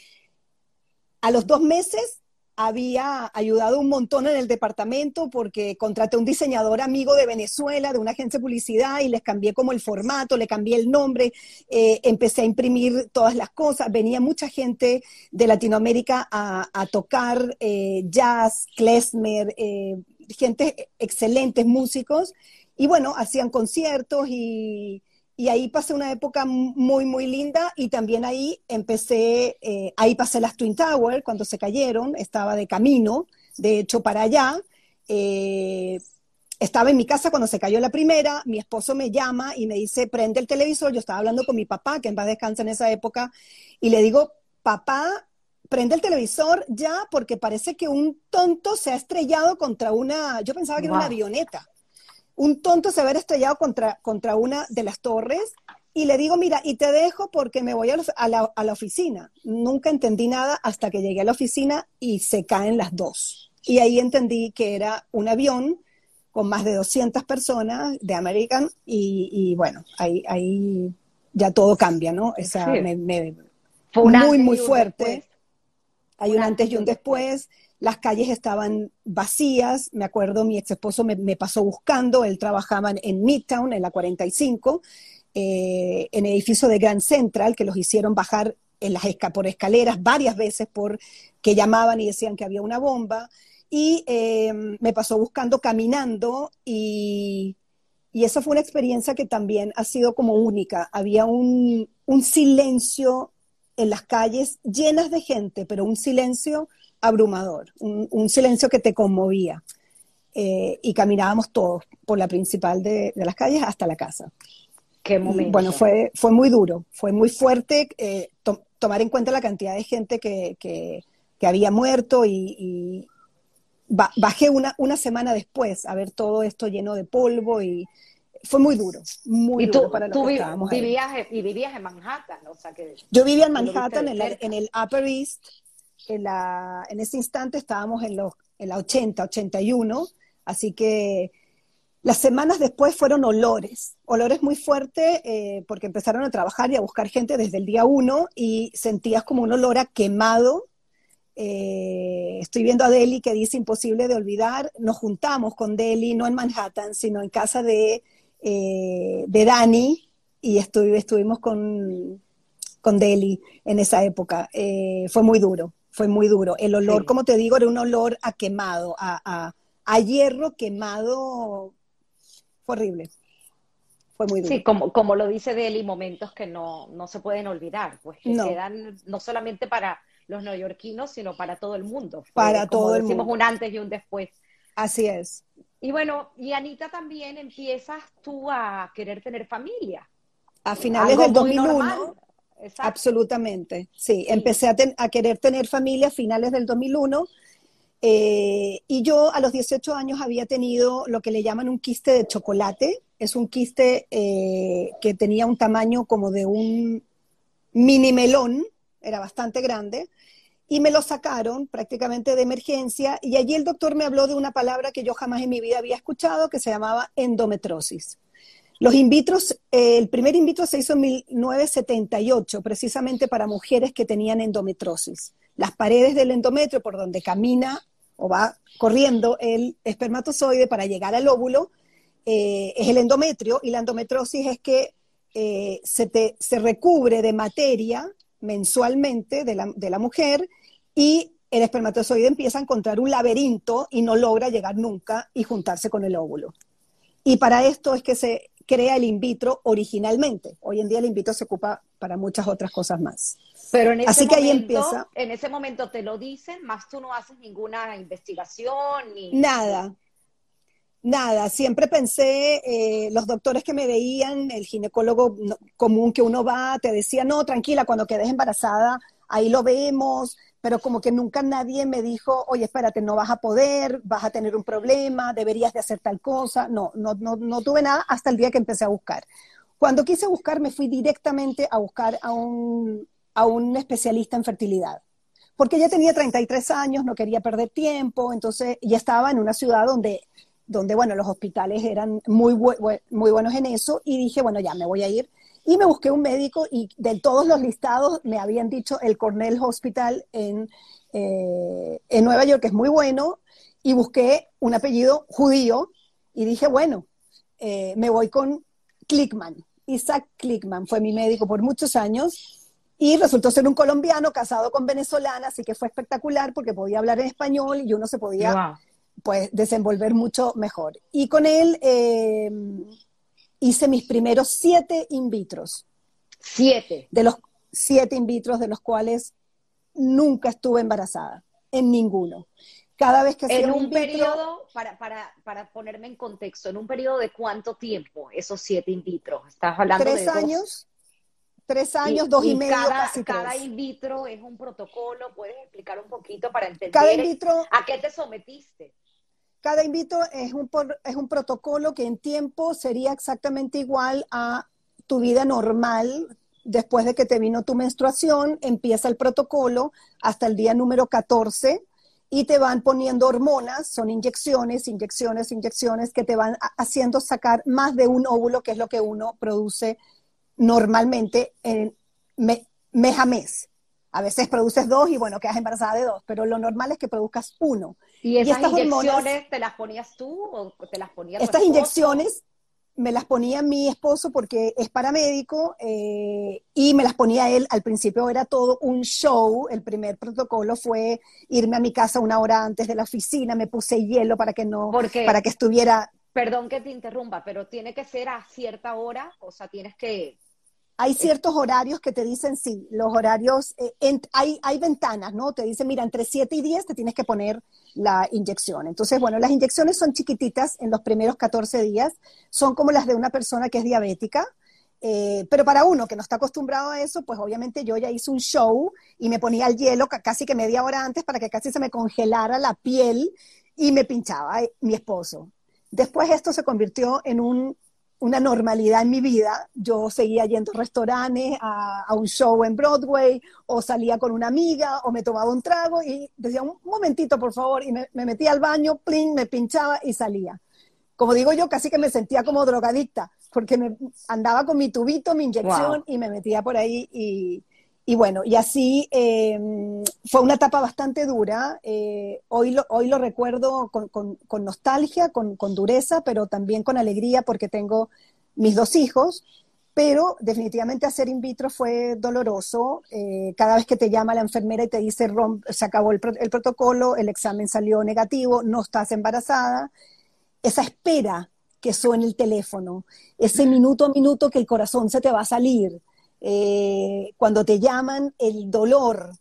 [SPEAKER 2] A los 2 meses había ayudado un montón en el departamento porque contraté un diseñador amigo de Venezuela, de una agencia de publicidad, y les cambié como el formato, le cambié el nombre, empecé a imprimir todas las cosas. Venía mucha gente de Latinoamérica a tocar jazz, klezmer, gente excelentes músicos, y bueno, hacían conciertos y ahí pasé una época muy, muy linda y también ahí empecé, ahí pasé las Twin Towers cuando se cayeron, estaba de camino, de hecho, para allá. Eh, Estaba en mi casa cuando se cayó la primera, mi esposo me llama y me dice, prende el televisor, yo estaba hablando con mi papá, que en paz descansa en esa época, y le digo, papá, prende el televisor ya porque parece que un tonto se ha estrellado contra yo pensaba que era una
[SPEAKER 3] Wow.
[SPEAKER 2] avioneta, un tonto se haber estrellado contra una de las torres y le digo, mira, y te dejo porque me voy a la oficina. Nunca entendí nada hasta que llegué a la oficina y se caen las dos. Y ahí entendí que era un avión con más de 200 personas de American y bueno, ahí ya todo cambia, ¿no? O sea,
[SPEAKER 3] Sí, fue un
[SPEAKER 2] muy,
[SPEAKER 3] antes
[SPEAKER 2] muy
[SPEAKER 3] y un
[SPEAKER 2] fuerte.
[SPEAKER 3] después.
[SPEAKER 2] Hay
[SPEAKER 3] Un
[SPEAKER 2] un antes
[SPEAKER 3] antes
[SPEAKER 2] y
[SPEAKER 3] y
[SPEAKER 2] un
[SPEAKER 3] un después.
[SPEAKER 2] después. Las calles estaban vacías. Me acuerdo, mi ex esposo me pasó buscando. Él trabajaba en Midtown, en la 45, en el edificio de Grand Central, que los hicieron bajar por escaleras varias veces que llamaban y decían que había una bomba. Y me pasó buscando caminando y esa fue una experiencia que también ha sido como única. Había un silencio en las calles llenas de gente, pero un silencio abrumador, un silencio que te conmovía. Y caminábamos todos por la principal de las calles hasta la casa.
[SPEAKER 3] Qué
[SPEAKER 2] Y bueno,
[SPEAKER 3] momento.
[SPEAKER 2] fue muy duro, fue muy fuerte tomar en cuenta la cantidad de gente que había muerto y bajé una semana después a ver todo esto lleno de polvo y fue muy
[SPEAKER 3] Y
[SPEAKER 2] duro para los
[SPEAKER 3] tú
[SPEAKER 2] que estábamos ahí.
[SPEAKER 3] vivías en Manhattan, o sea
[SPEAKER 2] Yo vivía en
[SPEAKER 3] que lo viste
[SPEAKER 2] Manhattan,
[SPEAKER 3] de
[SPEAKER 2] en
[SPEAKER 3] cerca.
[SPEAKER 2] el Upper East. En ese instante estábamos en la 80, 81, así que las semanas después fueron olores muy fuertes, porque empezaron a trabajar y a buscar gente desde el día uno y sentías como un olor a quemado. Estoy viendo a Deli que dice imposible de olvidar. Nos juntamos con Deli, no en Manhattan, sino en casa de Dani, y estuvimos con Deli en esa época. Fue muy duro, fue muy duro. El olor,
[SPEAKER 3] Sí.
[SPEAKER 2] como te digo, era un olor a quemado, a hierro quemado. Fue horrible, fue muy
[SPEAKER 3] Sí,
[SPEAKER 2] duro.
[SPEAKER 3] como lo dice Deli, momentos que no se pueden olvidar, pues que
[SPEAKER 2] No,
[SPEAKER 3] quedan no solamente para los neoyorquinos, sino para todo el mundo. Fue,
[SPEAKER 2] para
[SPEAKER 3] como
[SPEAKER 2] todo el
[SPEAKER 3] decimos, un
[SPEAKER 2] mundo.
[SPEAKER 3] antes y un después.
[SPEAKER 2] Así es.
[SPEAKER 3] Y bueno, y Anita, también empiezas tú a querer tener familia,
[SPEAKER 2] A finales
[SPEAKER 3] algo
[SPEAKER 2] del
[SPEAKER 3] muy normal,
[SPEAKER 2] 2001,
[SPEAKER 3] exacto.
[SPEAKER 2] absolutamente, sí.
[SPEAKER 3] Y
[SPEAKER 2] Empecé a querer tener familia a finales del 2001. Y yo a los 18 años había tenido lo que le llaman un quiste de chocolate. Es un quiste que tenía un tamaño como de un mini melón, era bastante grande, y me lo sacaron prácticamente de emergencia. Y allí el doctor me habló de una palabra que yo jamás en mi vida había escuchado, que se llamaba endometrosis. Los in vitro, el primer in vitro se hizo en 1978, precisamente para mujeres que tenían endometrosis. Las paredes del endometrio por donde camina o va corriendo el espermatozoide para llegar al óvulo es el endometrio, y la endometrosis es que se recubre de materia mensualmente de la mujer y el espermatozoide empieza a encontrar un laberinto y no logra llegar nunca y juntarse con el óvulo. Y para esto es que se crea el in vitro originalmente. Hoy en día el in vitro se ocupa para muchas otras cosas más.
[SPEAKER 3] pero
[SPEAKER 2] Así que ahí empieza.
[SPEAKER 3] en ese momento te lo dicen, más tú no haces ninguna investigación
[SPEAKER 2] Nada, nada. Siempre pensé, los doctores que me veían, el ginecólogo común que uno va, te decía, no, tranquila, cuando quedes embarazada, ahí lo vemos, pero como que nunca nadie me dijo, oye, espérate, no vas a poder, vas a tener un problema, deberías de hacer tal cosa. No tuve nada hasta el día que empecé a buscar. Cuando quise buscar, me fui directamente a buscar a un especialista en fertilidad. Porque ya tenía 33 años, no quería perder tiempo, entonces ya estaba en una ciudad donde bueno, los hospitales eran muy buenos en eso, y dije, bueno, ya me voy a ir. Y me busqué un médico y de todos los listados me habían dicho el Cornell Hospital en Nueva York, que es muy bueno, y busqué un apellido judío y dije, bueno, me voy con Klickman. Isaac Klickman fue mi médico por muchos años y resultó ser un colombiano casado con venezolana, así que fue espectacular porque podía hablar en español y uno se podía
[SPEAKER 3] wow.
[SPEAKER 2] pues desenvolver mucho mejor. Y con él hice mis primeros 7 in vitros,
[SPEAKER 3] 7.
[SPEAKER 2] de los 7 in vitros de los cuales nunca estuve embarazada, en ninguno. Cada vez que hacía
[SPEAKER 3] En
[SPEAKER 2] un in
[SPEAKER 3] un
[SPEAKER 2] vitro,
[SPEAKER 3] periodo, para ponerme en contexto, ¿en un periodo de cuánto tiempo esos 7 in vitro? Estás hablando
[SPEAKER 2] tres
[SPEAKER 3] de dos.
[SPEAKER 2] años, 3 años, dos y
[SPEAKER 3] Y
[SPEAKER 2] medio, casi
[SPEAKER 3] cada
[SPEAKER 2] tres.
[SPEAKER 3] in vitro es un protocolo. ¿Puedes explicar un poquito para
[SPEAKER 2] Cada in
[SPEAKER 3] entender
[SPEAKER 2] vitro
[SPEAKER 3] a qué te sometiste?
[SPEAKER 2] Cada in vitro es un protocolo que en tiempo sería exactamente igual a tu vida normal. Después de que te vino tu menstruación, empieza el protocolo hasta el día número 14. y te van poniendo hormonas, son inyecciones, inyecciones, inyecciones que te van haciendo sacar más de un óvulo, que es lo que uno produce normalmente en mes a mes. A veces produces 2 y bueno, quedas embarazada de 2, pero lo normal es que produzcas 1.
[SPEAKER 3] ¿Y
[SPEAKER 2] Y
[SPEAKER 3] esas
[SPEAKER 2] estas hormonas,
[SPEAKER 3] inyecciones te las ponías tú o te las ponía tu
[SPEAKER 2] estas
[SPEAKER 3] esposo?
[SPEAKER 2] inyecciones me las ponía mi esposo porque es paramédico y me las ponía él. Al principio era todo un show. El primer protocolo fue irme a mi casa 1 hora antes de la oficina, me puse hielo para que no, para
[SPEAKER 3] Porque,
[SPEAKER 2] que estuviera.
[SPEAKER 3] perdón que te interrumpa, pero tiene que ser a cierta hora, o sea, tienes que...
[SPEAKER 2] Hay
[SPEAKER 3] es-
[SPEAKER 2] ciertos horarios que te dicen, sí, los horarios, hay ventanas, ¿no? Te dicen, mira, entre 7 y 10 te tienes que poner la inyección. Entonces, bueno, las inyecciones son chiquititas en los primeros 14 días, son como las de una persona que es diabética, pero para uno que no está acostumbrado a eso, pues obviamente yo ya hice un show y me ponía el hielo casi que media hora antes para que casi se me congelara la piel y me pinchaba mi esposo. Después esto se convirtió en una normalidad en mi vida. Yo seguía yendo a restaurantes, a un show en Broadway, o salía con una amiga, o me tomaba un trago y decía, un momentito, por favor, y me metía al baño, plin, me pinchaba y salía. Como digo yo, casi que me sentía como drogadicta, porque andaba con mi tubito, mi inyección,
[SPEAKER 3] Wow.
[SPEAKER 2] y me metía por ahí y bueno, y así fue una etapa bastante dura. Hoy lo recuerdo con nostalgia, con dureza, pero también con alegría porque tengo mis 2 hijos. Pero definitivamente hacer in vitro fue doloroso. Cada vez que te llama la enfermera y te dice, se acabó el protocolo, el examen salió negativo, no estás embarazada, esa espera que suena el teléfono, ese minuto a minuto que el corazón se te va a salir, cuando te llaman, el dolor,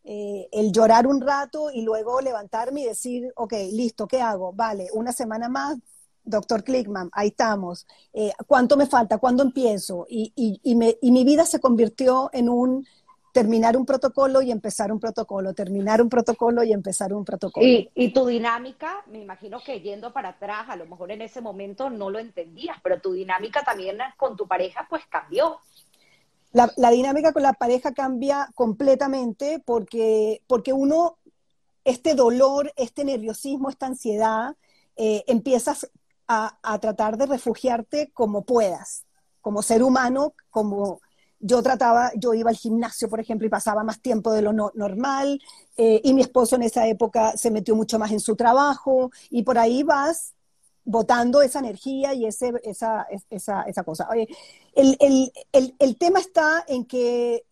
[SPEAKER 2] el llorar un rato y luego levantarme y decir, ok, listo, ¿qué hago? Vale, 1 semana más, doctor Klickman, ahí estamos. ¿Cuánto me falta? ¿Cuándo empiezo? Y mi vida se convirtió en terminar un protocolo y empezar un protocolo, terminar un protocolo y empezar un protocolo.
[SPEAKER 3] Y tu dinámica, me imagino que yendo para atrás, a lo mejor en ese momento no lo entendías, pero tu dinámica también con tu pareja pues cambió.
[SPEAKER 2] La dinámica con la pareja cambia completamente porque uno, este dolor, este nerviosismo, esta ansiedad, empiezas a tratar de refugiarte como puedas, como ser humano, como yo iba al gimnasio, por ejemplo, y pasaba más tiempo de lo normal, y mi esposo en esa época se metió mucho más en su trabajo, y por ahí vas botando esa energía y esa cosa. Oye, el tema está en que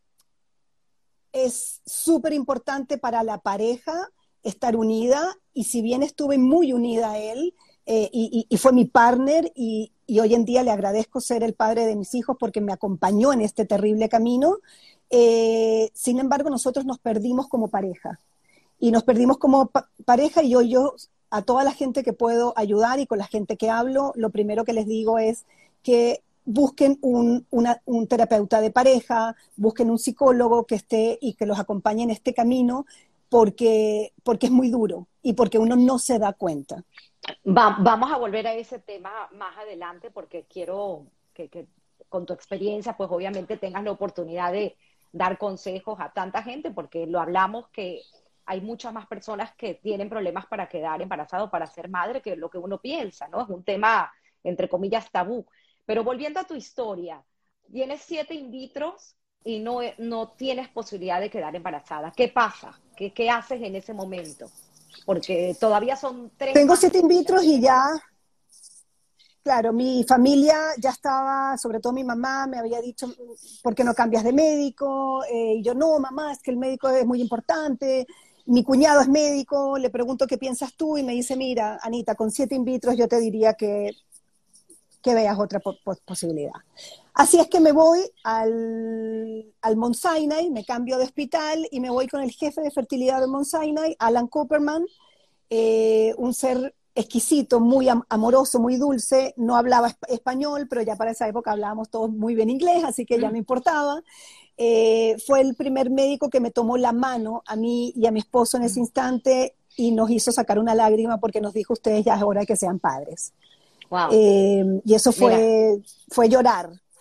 [SPEAKER 2] es súper importante para la pareja estar unida, y si bien estuve muy unida a él, y fue mi partner, y hoy en día le agradezco ser el padre de mis hijos porque me acompañó en este terrible camino, sin embargo nosotros nos perdimos como pareja, y nos perdimos como pareja, y hoy yo a toda la gente que puedo ayudar y con la gente que hablo, lo primero que les digo es que busquen un terapeuta de pareja, busquen un psicólogo que esté y que los acompañe en este camino, porque es muy duro y porque uno no se da cuenta.
[SPEAKER 3] Vamos a volver a ese tema más adelante porque quiero que con tu experiencia pues obviamente tengas la oportunidad de dar consejos a tanta gente porque lo hablamos que hay muchas más personas que tienen problemas para quedar embarazado, para ser madre, que lo que uno piensa, ¿no? Es un tema, entre comillas, tabú. Pero volviendo a tu historia, tienes 7 in vitros y no tienes posibilidad de quedar embarazada. ¿Qué pasa? ¿Qué haces en ese momento? Porque todavía son 3
[SPEAKER 2] Tengo
[SPEAKER 3] más
[SPEAKER 2] 7
[SPEAKER 3] que
[SPEAKER 2] in
[SPEAKER 3] tienes
[SPEAKER 2] vitros
[SPEAKER 3] que
[SPEAKER 2] y
[SPEAKER 3] tener.
[SPEAKER 2] ya, claro, mi familia ya estaba, sobre todo mi mamá, me había dicho, ¿por qué no cambias de médico? Y yo, no, mamá, es que el médico es muy importante. Mi cuñado es médico, le pregunto qué piensas tú y me dice, mira, Anita, con 7 in vitros yo te diría que veas otra posibilidad. Así es que me voy al Mount Sinai, me cambio de hospital y me voy con el jefe de fertilidad de Mount Sinai, Alan Cooperman, un ser exquisito, muy amoroso, muy dulce. No hablaba español, pero ya para esa época hablábamos todos muy bien inglés, así que ya no importaba. Fue el primer médico que me tomó la mano a mí y a mi esposo en ese instante y nos hizo sacar una lágrima porque nos dijo, ustedes ya es hora de que sean padres.
[SPEAKER 3] Wow.
[SPEAKER 2] Y eso
[SPEAKER 3] Mira,
[SPEAKER 2] fue llorar,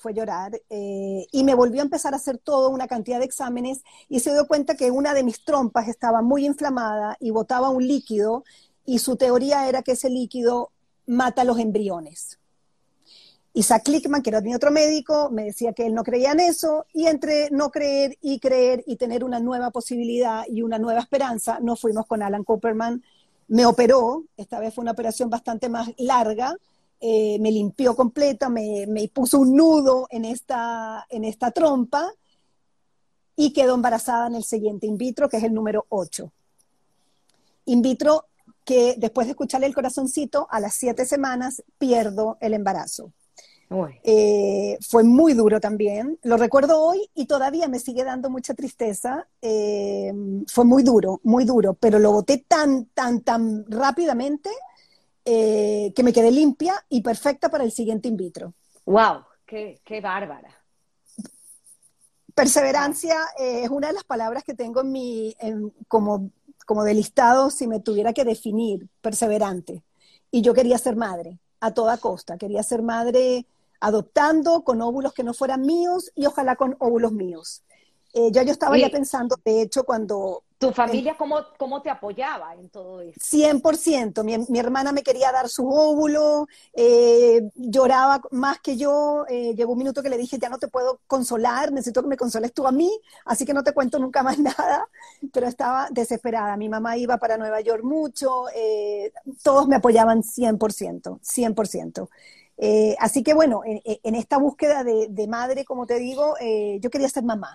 [SPEAKER 2] fue llorar, y me volvió a empezar a hacer todo una cantidad de exámenes y se dio cuenta que una de mis trompas estaba muy inflamada y botaba un líquido y su teoría era que ese líquido mata a los embriones. Isaac Klickman, que era mi otro médico, me decía que él no creía en eso, y entre no creer y tener una nueva posibilidad y una nueva esperanza, nos fuimos con Alan Cooperman. Me operó, esta vez fue una operación bastante más larga, me limpió completa, me puso un nudo en esta trompa y quedó embarazada en el siguiente in vitro, que es el número 8. In vitro que después de escucharle el corazoncito, a las 7 semanas pierdo el embarazo. Fue muy duro también, lo recuerdo hoy y todavía me sigue dando mucha tristeza. Fue muy duro, pero lo boté tan rápidamente que me quedé limpia y perfecta para el siguiente in vitro.
[SPEAKER 3] ¡Wow! ¡Qué bárbara!
[SPEAKER 2] Perseverancia es una de las palabras que tengo como de listado si me tuviera que definir, perseverante. Y yo quería ser madre, a toda costa, quería ser madre adoptando, con óvulos que no fueran míos y ojalá con óvulos míos. Yo estaba ya pensando, de hecho, cuando...
[SPEAKER 3] ¿Tu familia cómo te apoyaba en todo eso?
[SPEAKER 2] 100%. Mi hermana me quería dar su óvulo, lloraba más que yo. Llegó un minuto que le dije, ya no te puedo consolar, necesito que me consoles tú a mí, así que no te cuento nunca más nada. Pero estaba desesperada. Mi mamá iba para Nueva York mucho, todos me apoyaban 100%, 100%. Así que bueno, en esta búsqueda de madre, como te digo, yo quería ser mamá.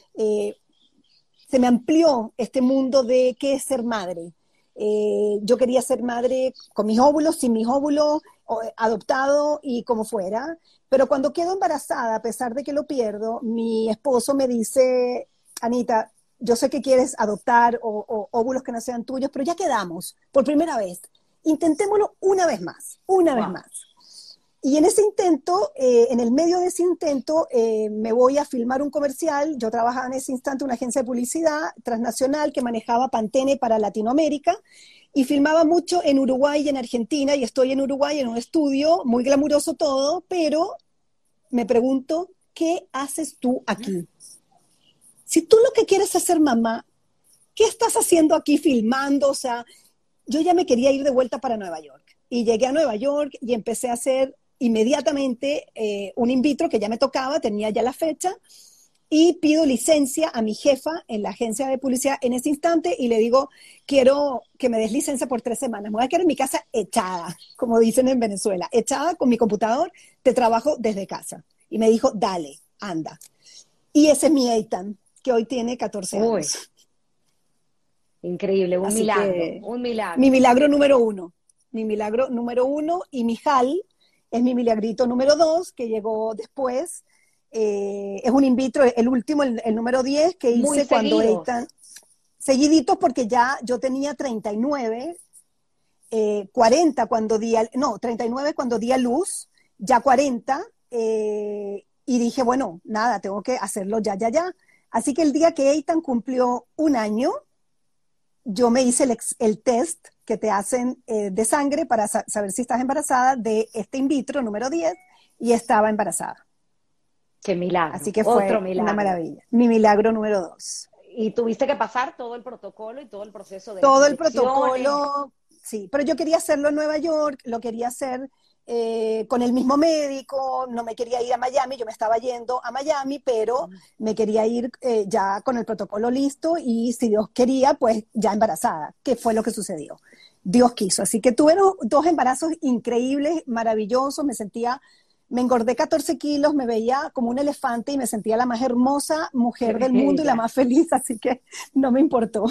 [SPEAKER 2] Se me amplió este mundo de qué es ser madre. Yo quería ser madre con mis óvulos, sin mis óvulos, adoptado y como fuera. Pero cuando quedo embarazada, a pesar de que lo pierdo, mi esposo me dice, Anita, yo sé que quieres adoptar o óvulos que no sean tuyos, pero ya quedamos por primera vez. Intentémoslo una vez más, una vez más. Y en ese intento, en el medio de ese intento, me voy a filmar un comercial. Yo trabajaba en ese instante en una agencia de publicidad transnacional que manejaba Pantene para Latinoamérica y filmaba mucho en Uruguay y en Argentina, y estoy en Uruguay en un estudio, muy glamuroso todo, pero me pregunto, ¿qué haces tú aquí? Si tú lo que quieres es ser mamá, ¿qué estás haciendo aquí filmando? O sea, yo ya me quería ir de vuelta para Nueva York. Y llegué a Nueva York y empecé a hacer inmediatamente un in vitro que ya me tocaba, tenía ya la fecha, y pido licencia a mi jefa en la agencia de publicidad en ese instante y le digo, quiero que me des licencia por 3 semanas. Me voy a quedar en mi casa echada, como dicen en Venezuela, echada con mi computador, te trabajo desde casa. Y me dijo, dale, anda. Y ese es mi Eitan, que hoy tiene 14 años.
[SPEAKER 3] Increíble, un milagro.
[SPEAKER 2] Mi milagro número 1. Mi milagro número 1 y mi Hal es mi milagrito número 2, que llegó después. Es un in vitro, el último, el número 10, que hice cuando Eitan... Seguiditos porque ya yo tenía 39, 40 cuando di... 39 cuando di a luz, ya 40, y dije, bueno, nada, tengo que hacerlo ya. Así que el día que Eitan cumplió 1 año, yo me hice el test que te hacen de sangre para saber si estás embarazada de este in vitro número 10 y estaba embarazada.
[SPEAKER 3] ¡Qué milagro!
[SPEAKER 2] Así que fue una maravilla. Mi milagro número 2.
[SPEAKER 3] Y tuviste que pasar todo el protocolo y todo el proceso de
[SPEAKER 2] todo el protocolo, sí, pero yo quería hacerlo en Nueva York, lo quería hacer con el mismo médico, no me quería ir a Miami, yo me estaba yendo a Miami, pero me quería ir ya con el protocolo listo y si Dios quería, pues ya embarazada, que fue lo que sucedió. Dios quiso. Así que tuve 2 embarazos increíbles, maravillosos, me engordé 14 kilos, me veía como un elefante y me sentía la más hermosa mujer del mundo y la más feliz, así que no me importó.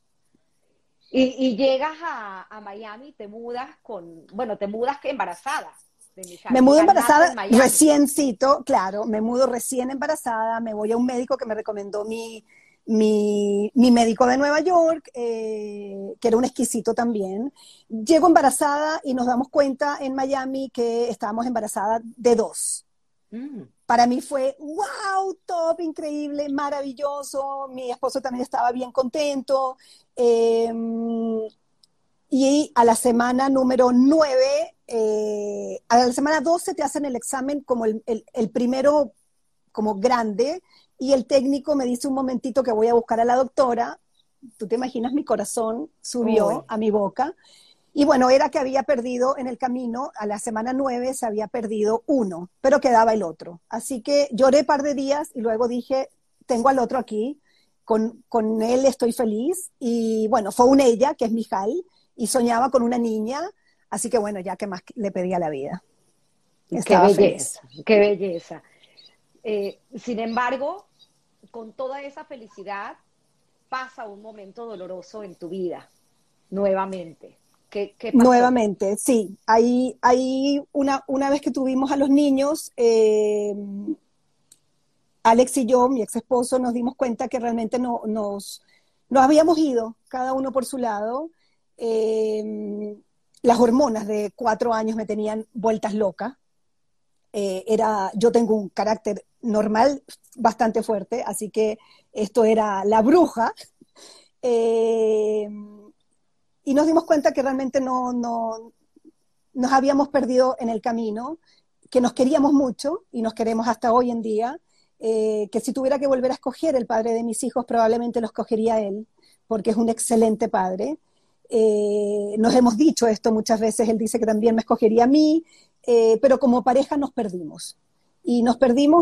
[SPEAKER 3] Y llegas a Miami, te mudas embarazada.
[SPEAKER 2] Me mudo embarazada, reciencito, claro, me mudo recién embarazada, me voy a un médico que me recomendó mi médico de Nueva York, que era un exquisito también. Llego embarazada y nos damos cuenta en Miami que estábamos embarazadas de 2. Para mí fue, wow, top, increíble, maravilloso. Mi esposo también estaba bien contento. Y a la semana número 9 a la semana 12 te hacen el examen como el primero, como grande, y el técnico me dice un momentito que voy a buscar a la doctora. Tú te imaginas, mi corazón
[SPEAKER 3] Uy,
[SPEAKER 2] subió a mi boca. Y bueno, era que había perdido en el camino, a la semana 9 se había perdido uno, pero quedaba el otro. Así que lloré un par de días y luego dije, tengo al otro aquí, con él estoy feliz. Y bueno, fue una ella, que es Mijal, y soñaba con una niña, así que bueno, ya que más le pedía a la vida.
[SPEAKER 3] qué
[SPEAKER 2] Estaba feliz.
[SPEAKER 3] belleza, qué belleza. Sin embargo, con toda esa felicidad pasa un momento doloroso en tu vida, nuevamente. ¿Qué pasó?
[SPEAKER 2] Nuevamente, sí. Hay una vez que tuvimos a los niños, Alex y yo, mi ex esposo, nos dimos cuenta que realmente nos habíamos ido, cada uno por su lado. Las hormonas de 4 años me tenían vueltas locas. Yo tengo un carácter normal bastante fuerte, así que esto era la bruja. Eh, y nos dimos cuenta que realmente nos habíamos perdido en el camino, que nos queríamos mucho y nos queremos hasta hoy en día, que si tuviera que volver a escoger el padre de mis hijos, probablemente lo escogería él, porque es un excelente padre. Nos hemos dicho esto muchas veces, él dice que también me escogería a mí, pero como pareja nos perdimos. Y nos perdimos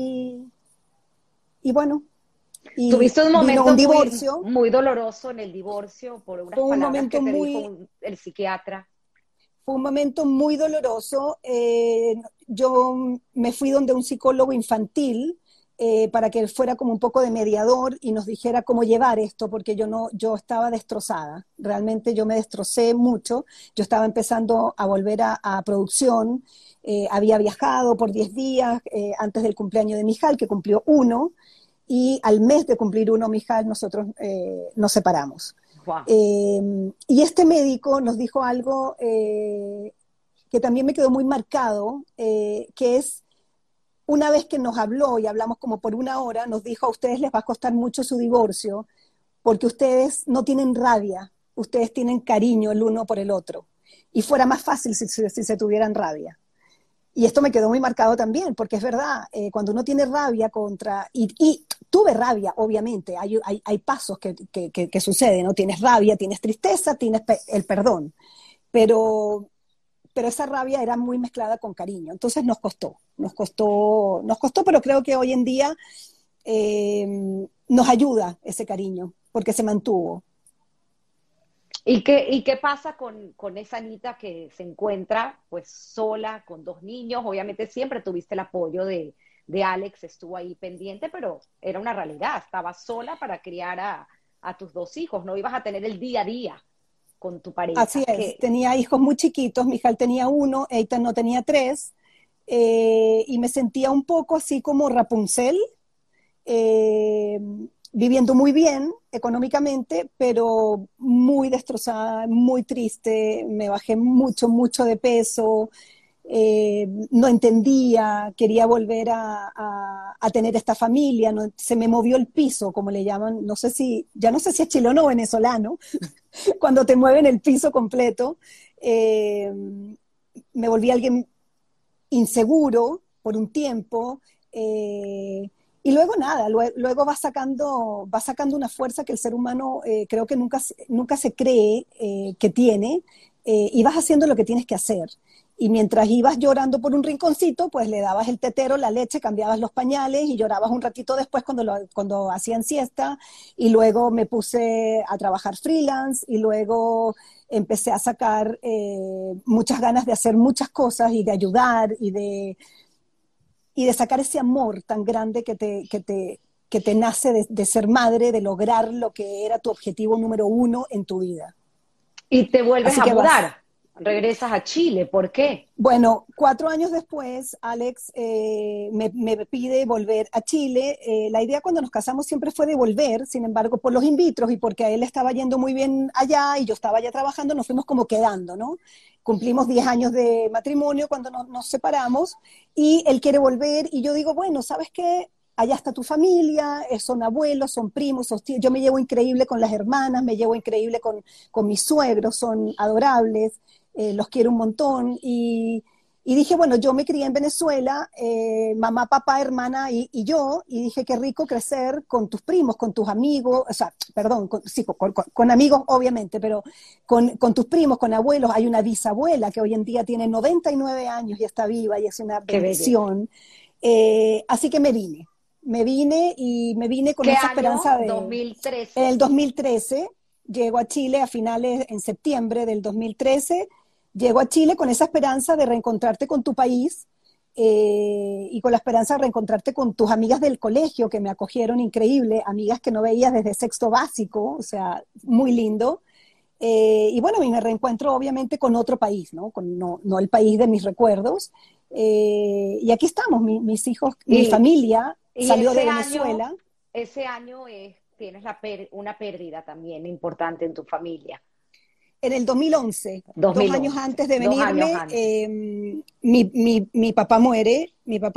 [SPEAKER 2] y bueno, y
[SPEAKER 3] Tuviste un
[SPEAKER 2] vino
[SPEAKER 3] momento
[SPEAKER 2] un
[SPEAKER 3] muy,
[SPEAKER 2] divorcio.
[SPEAKER 3] muy doloroso en el divorcio por unas
[SPEAKER 2] Fue un
[SPEAKER 3] palabras que
[SPEAKER 2] momento
[SPEAKER 3] te dijo
[SPEAKER 2] muy,
[SPEAKER 3] el psiquiatra.
[SPEAKER 2] Fue un momento muy doloroso. Yo me fui donde un psicólogo infantil para que él fuera como un poco de mediador y nos dijera cómo llevar esto, porque yo estaba destrozada. Realmente yo me destrocé mucho. Yo estaba empezando a volver a producción. Había viajado por 10 días antes del cumpleaños de Mijal, que cumplió uno, y al mes de cumplir uno, Mijal, nosotros nos separamos.
[SPEAKER 3] Wow.
[SPEAKER 2] Y este médico nos dijo algo que también me quedó muy marcado, que es, una vez que nos habló y hablamos como por una hora, nos dijo: a ustedes les va a costar mucho su divorcio porque ustedes no tienen rabia, ustedes tienen cariño el uno por el otro. Y fuera más fácil si se tuvieran rabia. Y esto me quedó muy marcado también, porque es verdad, cuando uno tiene rabia y tuve rabia, obviamente, hay pasos que suceden, ¿no? Tienes rabia, tienes tristeza, tienes el perdón, pero, pero esa rabia era muy mezclada con cariño, entonces nos costó, pero creo que hoy en día nos ayuda ese cariño, porque se mantuvo.
[SPEAKER 3] ¿Y qué pasa con esa Anita que se encuentra pues sola, con dos niños? Obviamente siempre tuviste el apoyo de Alex, estuvo ahí pendiente, pero era una realidad, estabas sola para criar a tus dos hijos, no ibas a tener el día a día con tu
[SPEAKER 2] Así
[SPEAKER 3] pareja.
[SPEAKER 2] es, tenía hijos muy chiquitos, Mijal tenía uno, Eitan no tenía tres, y me sentía un poco así como Rapunzel, eh, viviendo muy bien económicamente, pero muy destrozada, muy triste, me bajé mucho, mucho de peso, no entendía, quería volver a tener esta familia, no, se me movió el piso, como le llaman, ya no sé si es chileno o venezolano, cuando te mueven el piso completo. eh, Me volví alguien inseguro por un tiempo, y luego nada, luego va sacando una fuerza que el ser humano creo que nunca se cree que tiene, y vas haciendo lo que tienes que hacer. Y mientras ibas llorando por un rinconcito, pues le dabas el tetero, la leche, cambiabas los pañales y llorabas un ratito después cuando hacían siesta. Y luego me puse a trabajar freelance y luego empecé a sacar muchas ganas de hacer muchas cosas y de ayudar y de sacar ese amor tan grande que te nace de ser madre, de lograr lo que era tu objetivo número uno en tu vida.
[SPEAKER 3] Y te vuelves
[SPEAKER 2] Así
[SPEAKER 3] a
[SPEAKER 2] que vas.
[SPEAKER 3] mudar, regresas a Chile, ¿por qué?
[SPEAKER 2] Bueno, 4 años después, Alex me pide volver a Chile. La idea cuando nos casamos siempre fue de volver, sin embargo, por los in vitros y porque a él estaba yendo muy bien allá y yo estaba allá trabajando, nos fuimos como quedando, ¿no? Cumplimos 10 años de matrimonio cuando nos separamos y él quiere volver y yo digo, bueno, ¿sabes qué? Allá está tu familia, son abuelos, son primos, son tíos. Yo me llevo increíble con las hermanas, me llevo increíble con mis suegros, son adorables. los quiero un montón. Y dije, bueno, yo me crié en Venezuela, mamá, papá, hermana y yo, y dije, qué rico crecer con tus primos, con tus amigos, o sea, perdón, sí, con amigos obviamente, pero con tus primos, con abuelos. Hay una bisabuela que hoy en día tiene 99 años y está viva y es una
[SPEAKER 3] Qué belleza.
[SPEAKER 2] bendición. Así que me vine y me vine con
[SPEAKER 3] ¿Qué
[SPEAKER 2] esa
[SPEAKER 3] año?
[SPEAKER 2] esperanza de... En
[SPEAKER 3] 2013.
[SPEAKER 2] el 2013, llego a Chile a finales, en septiembre del 2013, llego a Chile con esa esperanza de reencontrarte con tu país y con la esperanza de reencontrarte con tus amigas del colegio que me acogieron increíble, amigas que no veías desde sexto básico, o sea, muy lindo. Y bueno, y me reencuentro obviamente con otro país, ¿no? No el país de mis recuerdos. Y aquí estamos, mis hijos, mi
[SPEAKER 3] Y,
[SPEAKER 2] familia
[SPEAKER 3] y
[SPEAKER 2] salió de Venezuela.
[SPEAKER 3] ese año tienes una pérdida también importante en tu familia.
[SPEAKER 2] En el 2011,
[SPEAKER 3] Dos
[SPEAKER 2] 2 años
[SPEAKER 3] mil once,
[SPEAKER 2] antes de
[SPEAKER 3] 2 años
[SPEAKER 2] venirme,
[SPEAKER 3] antes.
[SPEAKER 2] mi papá muere.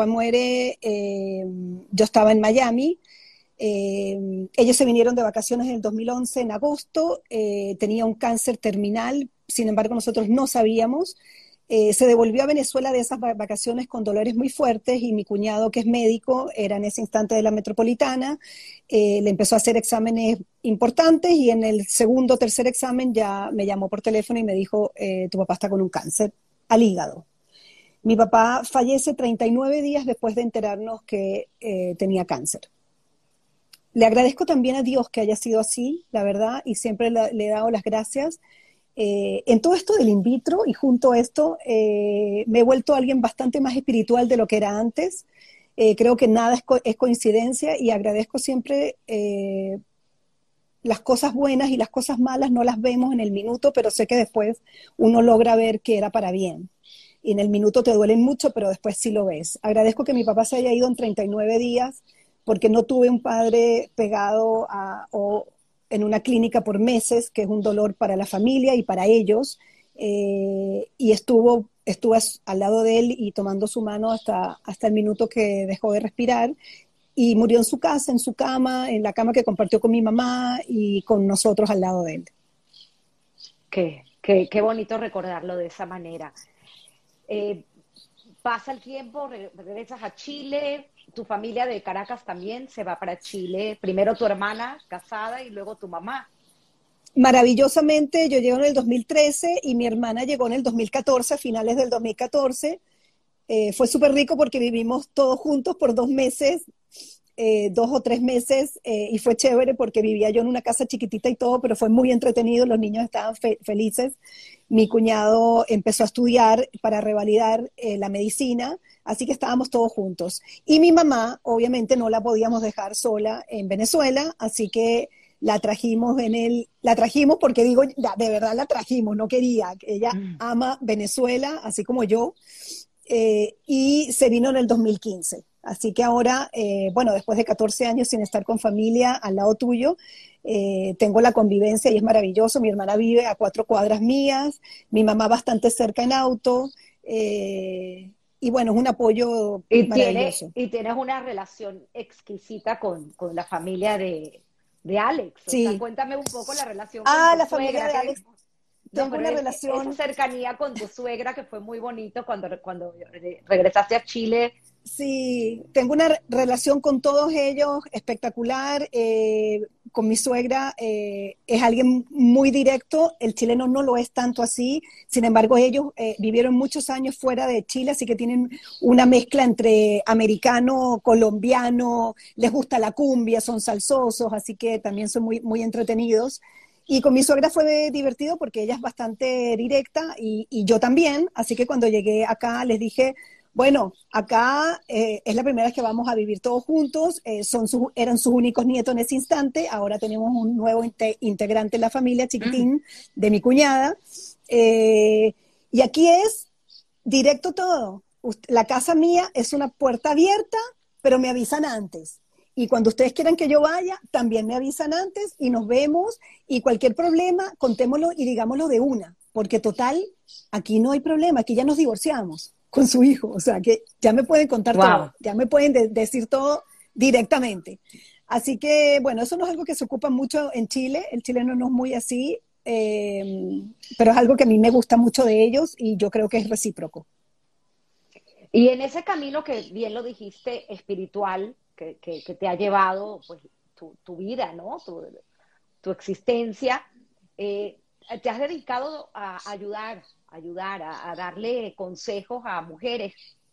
[SPEAKER 2] Yo estaba en Miami. Ellos se vinieron de vacaciones en el 2011, en agosto. Tenía un cáncer terminal, sin embargo nosotros no sabíamos. Se devolvió a Venezuela de esas vacaciones con dolores muy fuertes y mi cuñado, que es médico, era en ese instante de la Metropolitana, le empezó a hacer exámenes importantes y en el segundo o tercer examen ya me llamó por teléfono y me dijo, tu papá está con un cáncer al hígado. Mi papá fallece 39 días después de enterarnos que tenía cáncer. Le agradezco también a Dios que haya sido así, la verdad, y siempre le he dado las gracias. En todo esto del in vitro y junto a esto me he vuelto alguien bastante más espiritual de lo que era antes. Creo que nada es coincidencia y agradezco siempre las cosas buenas y las cosas malas no las vemos en el minuto, pero sé que después uno logra ver que era para bien. Y en el minuto te duelen mucho, pero después sí lo ves. Agradezco que mi papá se haya ido en 39 días porque no tuve un padre pegado o en una clínica por meses, que es un dolor para la familia y para ellos. Y estuve al lado de él y tomando su mano hasta el minuto que dejó de respirar y murió en su casa, en su cama, en la cama que compartió con mi mamá y con nosotros al lado de él.
[SPEAKER 3] Qué bonito recordarlo de esa manera. Eh, Pasa el tiempo, regresas a Chile, tu familia de Caracas también se va para Chile, primero tu hermana casada y luego tu mamá.
[SPEAKER 2] Maravillosamente, yo llego en el 2013 y mi hermana llegó en el 2014, a finales del 2014. Fue súper rico porque vivimos todos juntos por 2 meses, 2 o 3 meses, y fue chévere porque vivía yo en una casa chiquitita y todo, pero fue muy entretenido, los niños estaban felices. Mi cuñado empezó a estudiar para revalidar la medicina, así que estábamos todos juntos. Y mi mamá, obviamente, no la podíamos dejar sola en Venezuela, así que la trajimos porque digo, ya, de verdad la trajimos, no quería, ella ama Venezuela, así como yo, y se vino en el 2015. Así que ahora, bueno, después de 14 años sin estar con familia al lado tuyo, tengo la convivencia y es maravilloso. Mi hermana vive a 4 cuadras mías, mi mamá bastante cerca en auto, y bueno, es un apoyo maravilloso.
[SPEAKER 3] Y tienes una relación exquisita con la familia de Alex. O sea,
[SPEAKER 2] Sí.
[SPEAKER 3] cuéntame un poco la relación con tu
[SPEAKER 2] La familia
[SPEAKER 3] suegra.
[SPEAKER 2] de Alex,
[SPEAKER 3] No,
[SPEAKER 2] tengo
[SPEAKER 3] pero
[SPEAKER 2] una
[SPEAKER 3] esa
[SPEAKER 2] relación.
[SPEAKER 3] cercanía con tu suegra que fue muy bonito cuando regresaste a Chile.
[SPEAKER 2] Sí, tengo una relación con todos ellos espectacular. Con mi suegra es alguien muy directo, el chileno no lo es tanto así. Sin embargo, ellos vivieron muchos años fuera de Chile, así que tienen una mezcla entre americano, colombiano, les gusta la cumbia, son salsosos, así que también son muy, muy entretenidos. Y con mi suegra fue divertido porque ella es bastante directa y yo también, así que cuando llegué acá les dije, bueno, acá es la primera vez que vamos a vivir todos juntos, eran sus únicos nietos en ese instante, ahora tenemos un nuevo integrante en la familia,
[SPEAKER 3] Mm.
[SPEAKER 2] chiquitín, de mi cuñada, y aquí es directo todo. La casa mía es una puerta abierta, pero me avisan antes. Y cuando ustedes quieran que yo vaya, también me avisan antes y nos vemos y cualquier problema, contémoslo y digámoslo de una, porque total, aquí no hay problema, aquí ya nos divorciamos con su hijo, o sea que ya me pueden contar
[SPEAKER 3] Wow.
[SPEAKER 2] todo, ya me pueden decir todo directamente. Así que, bueno, eso no es algo que se ocupa mucho en Chile, el chileno no es muy así, pero es algo que a mí me gusta mucho de ellos y yo creo que es recíproco.
[SPEAKER 3] Y en ese camino que bien lo dijiste, espiritual, que te ha llevado pues tu vida, ¿no? Tu existencia, te has dedicado a ayudar, a darle consejos a mujeres.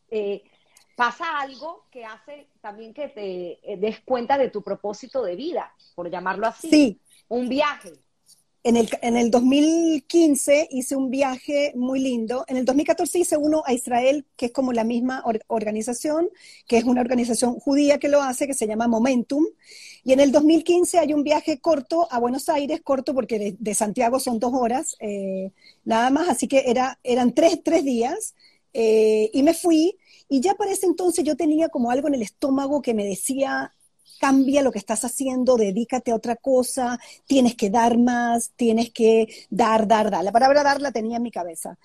[SPEAKER 3] Pasa algo que hace también que te des cuenta de tu propósito de vida, por llamarlo así,
[SPEAKER 2] Sí,
[SPEAKER 3] un viaje.
[SPEAKER 2] en el 2015 hice un viaje muy lindo. En el 2014 hice uno a Israel, que es como la misma organización, que es una organización judía que lo hace, que se llama Momentum. Y en el 2015 hay un viaje corto a Buenos Aires, corto porque de Santiago son 2 horas, nada más, así que eran tres días. Y me fui, y ya para ese entonces yo tenía como algo en el estómago que me decía, cambia lo que estás haciendo, dedícate a otra cosa, tienes que dar más, tienes que dar. La palabra dar la tenía en mi cabeza.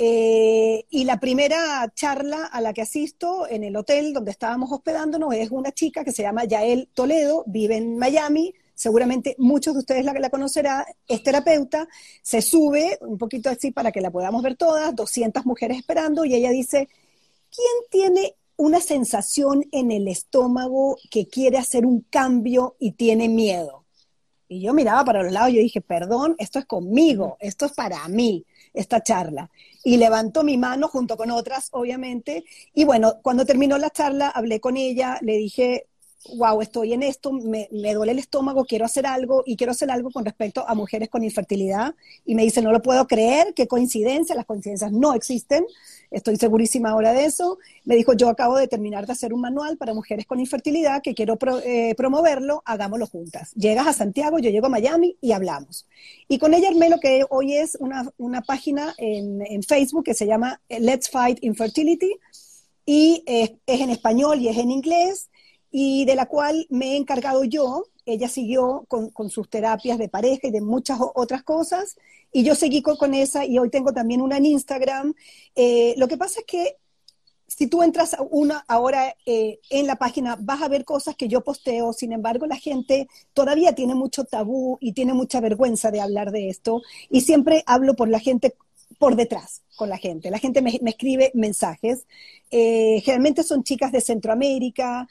[SPEAKER 2] Y la primera charla a la que asisto en el hotel donde estábamos hospedándonos es una chica que se llama Yael Toledo, vive en Miami, seguramente muchos de ustedes la conocerán, es terapeuta, se sube un poquito así para que la podamos ver todas, 200 mujeres esperando, y ella dice, ¿quién tiene una sensación en el estómago que quiere hacer un cambio y tiene miedo? Y yo miraba para los lados y yo dije, perdón, esto es conmigo, esto es para mí, esta charla. Y levantó mi mano junto con otras, obviamente. Y bueno, cuando terminó la charla, hablé con ella, le dije, wow, estoy en esto, me duele el estómago, quiero hacer algo, y quiero hacer algo con respecto a mujeres con infertilidad. Y me dice, no lo puedo creer, qué coincidencia, las coincidencias no existen, estoy segurísima ahora de eso. Me dijo, yo acabo de terminar de hacer un manual para mujeres con infertilidad que quiero promoverlo, hagámoslo juntas. Llegas a Santiago, yo llego a Miami y hablamos. Y con ella armé lo que hoy es una página en Facebook que se llama Let's Fight Infertility, y es en español y es en inglés, y de la cual me he encargado yo. Ella siguió con sus terapias de pareja y de muchas otras cosas, y yo seguí con esa, y hoy tengo también una en Instagram. Lo que pasa es que si tú entras ahora en la página, vas a ver cosas que yo posteo. Sin embargo, la gente todavía tiene mucho tabú y tiene mucha vergüenza de hablar de esto, y siempre hablo por la gente, por detrás, con la gente. La gente me escribe mensajes. Generalmente son chicas de Centroamérica,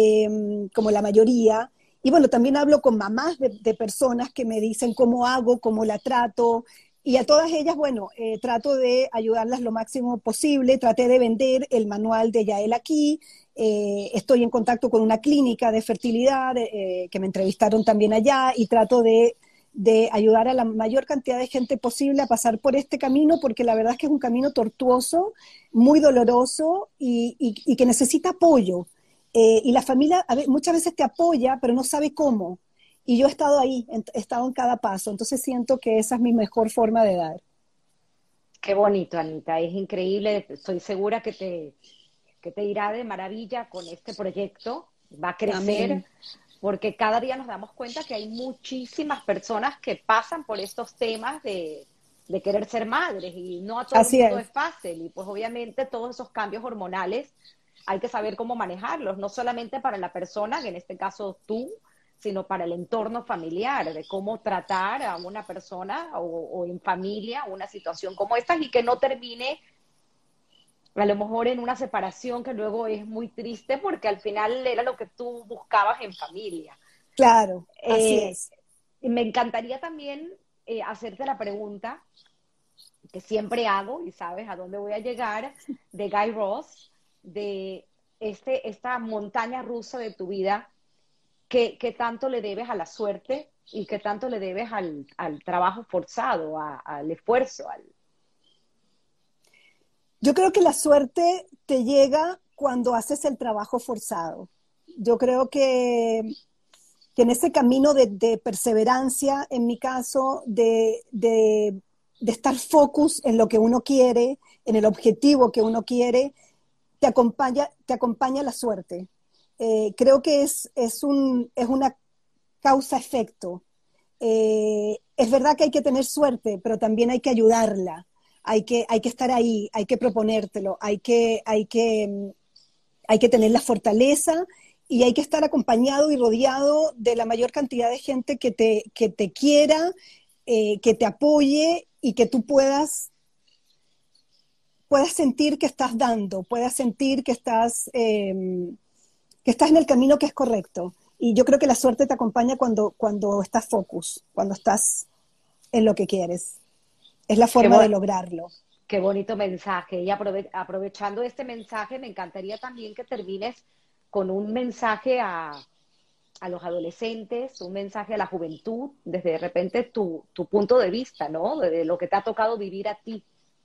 [SPEAKER 2] como la mayoría. Y bueno, también hablo con mamás de personas que me dicen cómo hago, cómo la trato. Y a todas ellas, bueno, trato de ayudarlas lo máximo posible. Traté de vender el manual de Yael aquí. Estoy en contacto con una clínica de fertilidad que me entrevistaron también allá, y trato de ayudar a la mayor cantidad de gente posible a pasar por este camino, porque la verdad es que es un camino tortuoso, muy doloroso, y que necesita apoyo. Y la familia muchas veces te apoya, pero no sabe cómo. Y yo he estado ahí, he estado en cada paso, entonces siento que esa es mi mejor forma de dar.
[SPEAKER 3] Qué bonito, Anita, es increíble. Estoy segura que te irá de maravilla con este proyecto. Va a crecer
[SPEAKER 2] Amén.
[SPEAKER 3] porque cada día nos damos cuenta que hay muchísimas personas que pasan por estos temas de querer ser madres, y no a todo el
[SPEAKER 2] Así
[SPEAKER 3] mundo
[SPEAKER 2] es.
[SPEAKER 3] es fácil. Y pues obviamente todos esos cambios hormonales hay que saber cómo manejarlos, no solamente para la persona, que en este caso tú, sino para el entorno familiar, de cómo tratar a una persona o en familia una situación como esta, y que no termine a lo mejor en una separación que luego es muy triste, porque al final era lo que tú buscabas en familia.
[SPEAKER 2] Claro, así
[SPEAKER 3] Eh,
[SPEAKER 2] es.
[SPEAKER 3] Me encantaría también hacerte la pregunta que siempre hago, y sabes a dónde voy a llegar, de Guy Raz, de esta montaña rusa de tu vida, ¿qué tanto le debes a la suerte y qué tanto le debes al trabajo forzado, al esfuerzo?
[SPEAKER 2] Yo creo que la suerte te llega cuando haces el trabajo forzado. Yo creo que en ese camino de perseverancia, en mi caso, de estar focus en lo que uno quiere, en el objetivo que uno quiere, te acompaña la suerte. Creo que es una causa-efecto. Es verdad que hay que tener suerte, pero también hay que ayudarla. Hay que estar ahí, hay que proponértelo, hay que tener la fortaleza, y hay que estar acompañado y rodeado de la mayor cantidad de gente que te quiera, que te apoye y que tú puedas sentir que estás dando, puedas sentir que estás en el camino que es correcto. Y yo creo que la suerte te acompaña cuando estás focus, cuando estás en lo que quieres. Es la
[SPEAKER 3] Qué,
[SPEAKER 2] forma de lograrlo.
[SPEAKER 3] qué bonito mensaje. Y aprovechando este mensaje, me encantaría también que termines con un mensaje a los adolescentes, un mensaje a la juventud, desde de repente tu punto de vista, ¿no? De lo que te ha tocado vivir a ti.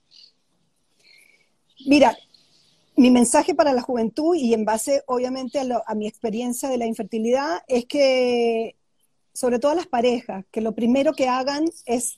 [SPEAKER 2] Mira, mi mensaje para la juventud y en base obviamente a mi experiencia de la infertilidad es que, sobre todo a las parejas, que lo primero que hagan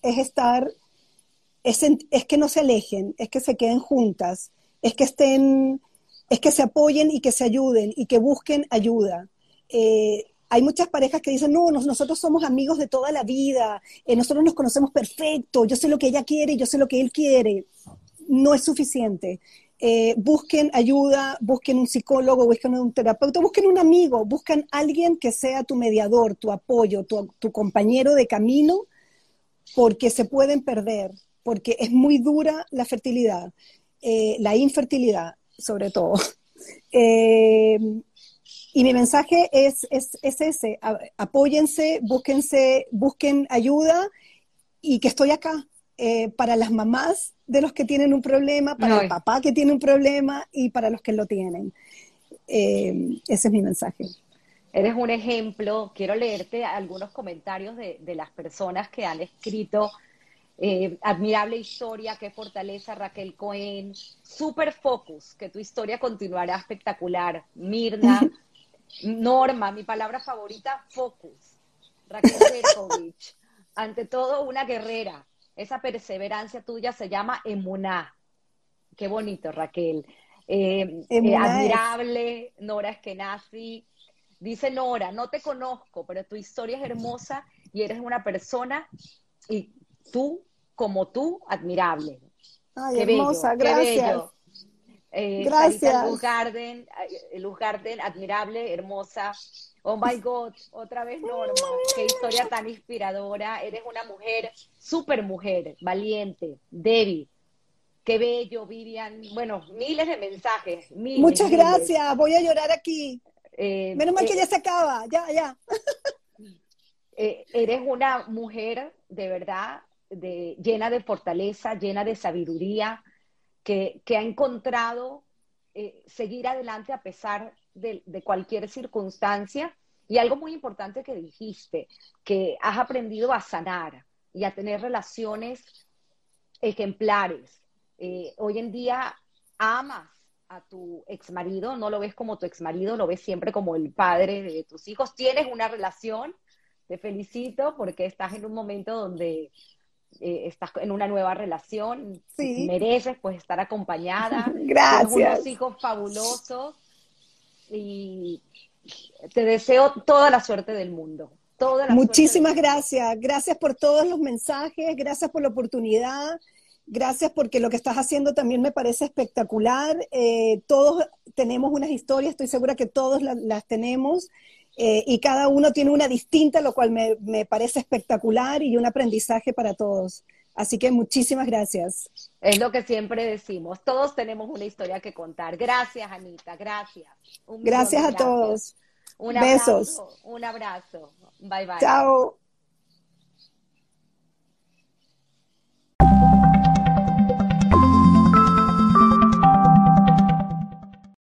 [SPEAKER 2] es que no se alejen, es que se queden juntas, es que se apoyen y que se ayuden y que busquen ayuda. Hay muchas parejas que dicen, no, nosotros somos amigos de toda la vida, nosotros nos conocemos perfecto, yo sé lo que ella quiere y yo sé lo que él quiere. No es suficiente. Busquen ayuda, busquen un psicólogo, busquen un terapeuta, busquen un amigo, busquen alguien que sea tu mediador, tu apoyo, tu compañero de camino, porque se pueden perder, porque es muy dura la fertilidad, la infertilidad sobre todo. Eh, y mi mensaje es ese, apóyense, busquen ayuda y que estoy acá para las mamás de los que tienen un problema, para el
[SPEAKER 3] Ay,
[SPEAKER 2] papá que tiene un problema y para los que lo tienen. Ese es mi mensaje.
[SPEAKER 3] eres un ejemplo. Quiero leerte algunos comentarios de las personas que han escrito. Admirable historia, qué fortaleza, Raquel Cohen. Super focus, que tu historia continuará espectacular. Mirna, Norma, mi palabra favorita, focus. Raquel Berkovich, ante todo una guerrera. Esa perseverancia tuya se llama emuná. Qué bonito, Raquel.
[SPEAKER 2] Emuna es.
[SPEAKER 3] Admirable, Nora Eskenazi. Dice Nora, no te conozco, pero tu historia es hermosa y eres una persona y tú, como tú, admirable.
[SPEAKER 2] Ay,
[SPEAKER 3] Qué bello,
[SPEAKER 2] hermosa,
[SPEAKER 3] qué
[SPEAKER 2] gracias.
[SPEAKER 3] bello. Sarita
[SPEAKER 2] Gracias.
[SPEAKER 3] Luz Garden, admirable, hermosa. Oh my God, otra vez Norma, qué historia tan inspiradora. Eres una mujer, súper mujer, valiente, débil. Qué bello, Vivian. Bueno, miles de mensajes, miles,
[SPEAKER 2] Muchas
[SPEAKER 3] miles.
[SPEAKER 2] gracias. Voy a llorar aquí.
[SPEAKER 3] Eh,
[SPEAKER 2] Menos mal que ya
[SPEAKER 3] eh,
[SPEAKER 2] se acaba. Ya, ya.
[SPEAKER 3] Eres una mujer de verdad llena de fortaleza, llena de sabiduría, que ha encontrado seguir adelante a pesar de cualquier circunstancia. Y algo muy importante que dijiste, que has aprendido a sanar y a tener relaciones ejemplares. Hoy en día amas a tu exmarido, no lo ves como tu exmarido, lo ves siempre como el padre de tus hijos. Tienes una relación, te felicito porque estás en un momento donde estás en una nueva relación,
[SPEAKER 2] Sí.
[SPEAKER 3] mereces pues estar acompañada, tienes unos
[SPEAKER 2] Gracias.
[SPEAKER 3] hijos fabulosos y te deseo toda la suerte del mundo, toda la suerte del
[SPEAKER 2] Muchísimas
[SPEAKER 3] mundo.
[SPEAKER 2] gracias. Gracias por todos los mensajes. Gracias por la oportunidad. Gracias porque lo que estás haciendo también me parece espectacular. Todos tenemos unas historias, estoy segura que todos las tenemos y cada uno tiene una distinta, lo cual me parece espectacular y un aprendizaje para todos. Así que muchísimas gracias.
[SPEAKER 3] Es lo que siempre decimos, todos tenemos una historia que contar. Gracias, Anita, gracias. Un millón
[SPEAKER 2] Gracias
[SPEAKER 3] de
[SPEAKER 2] a
[SPEAKER 3] gracias.
[SPEAKER 2] todos. Besos.
[SPEAKER 3] Un abrazo. Bye bye.
[SPEAKER 2] Chao.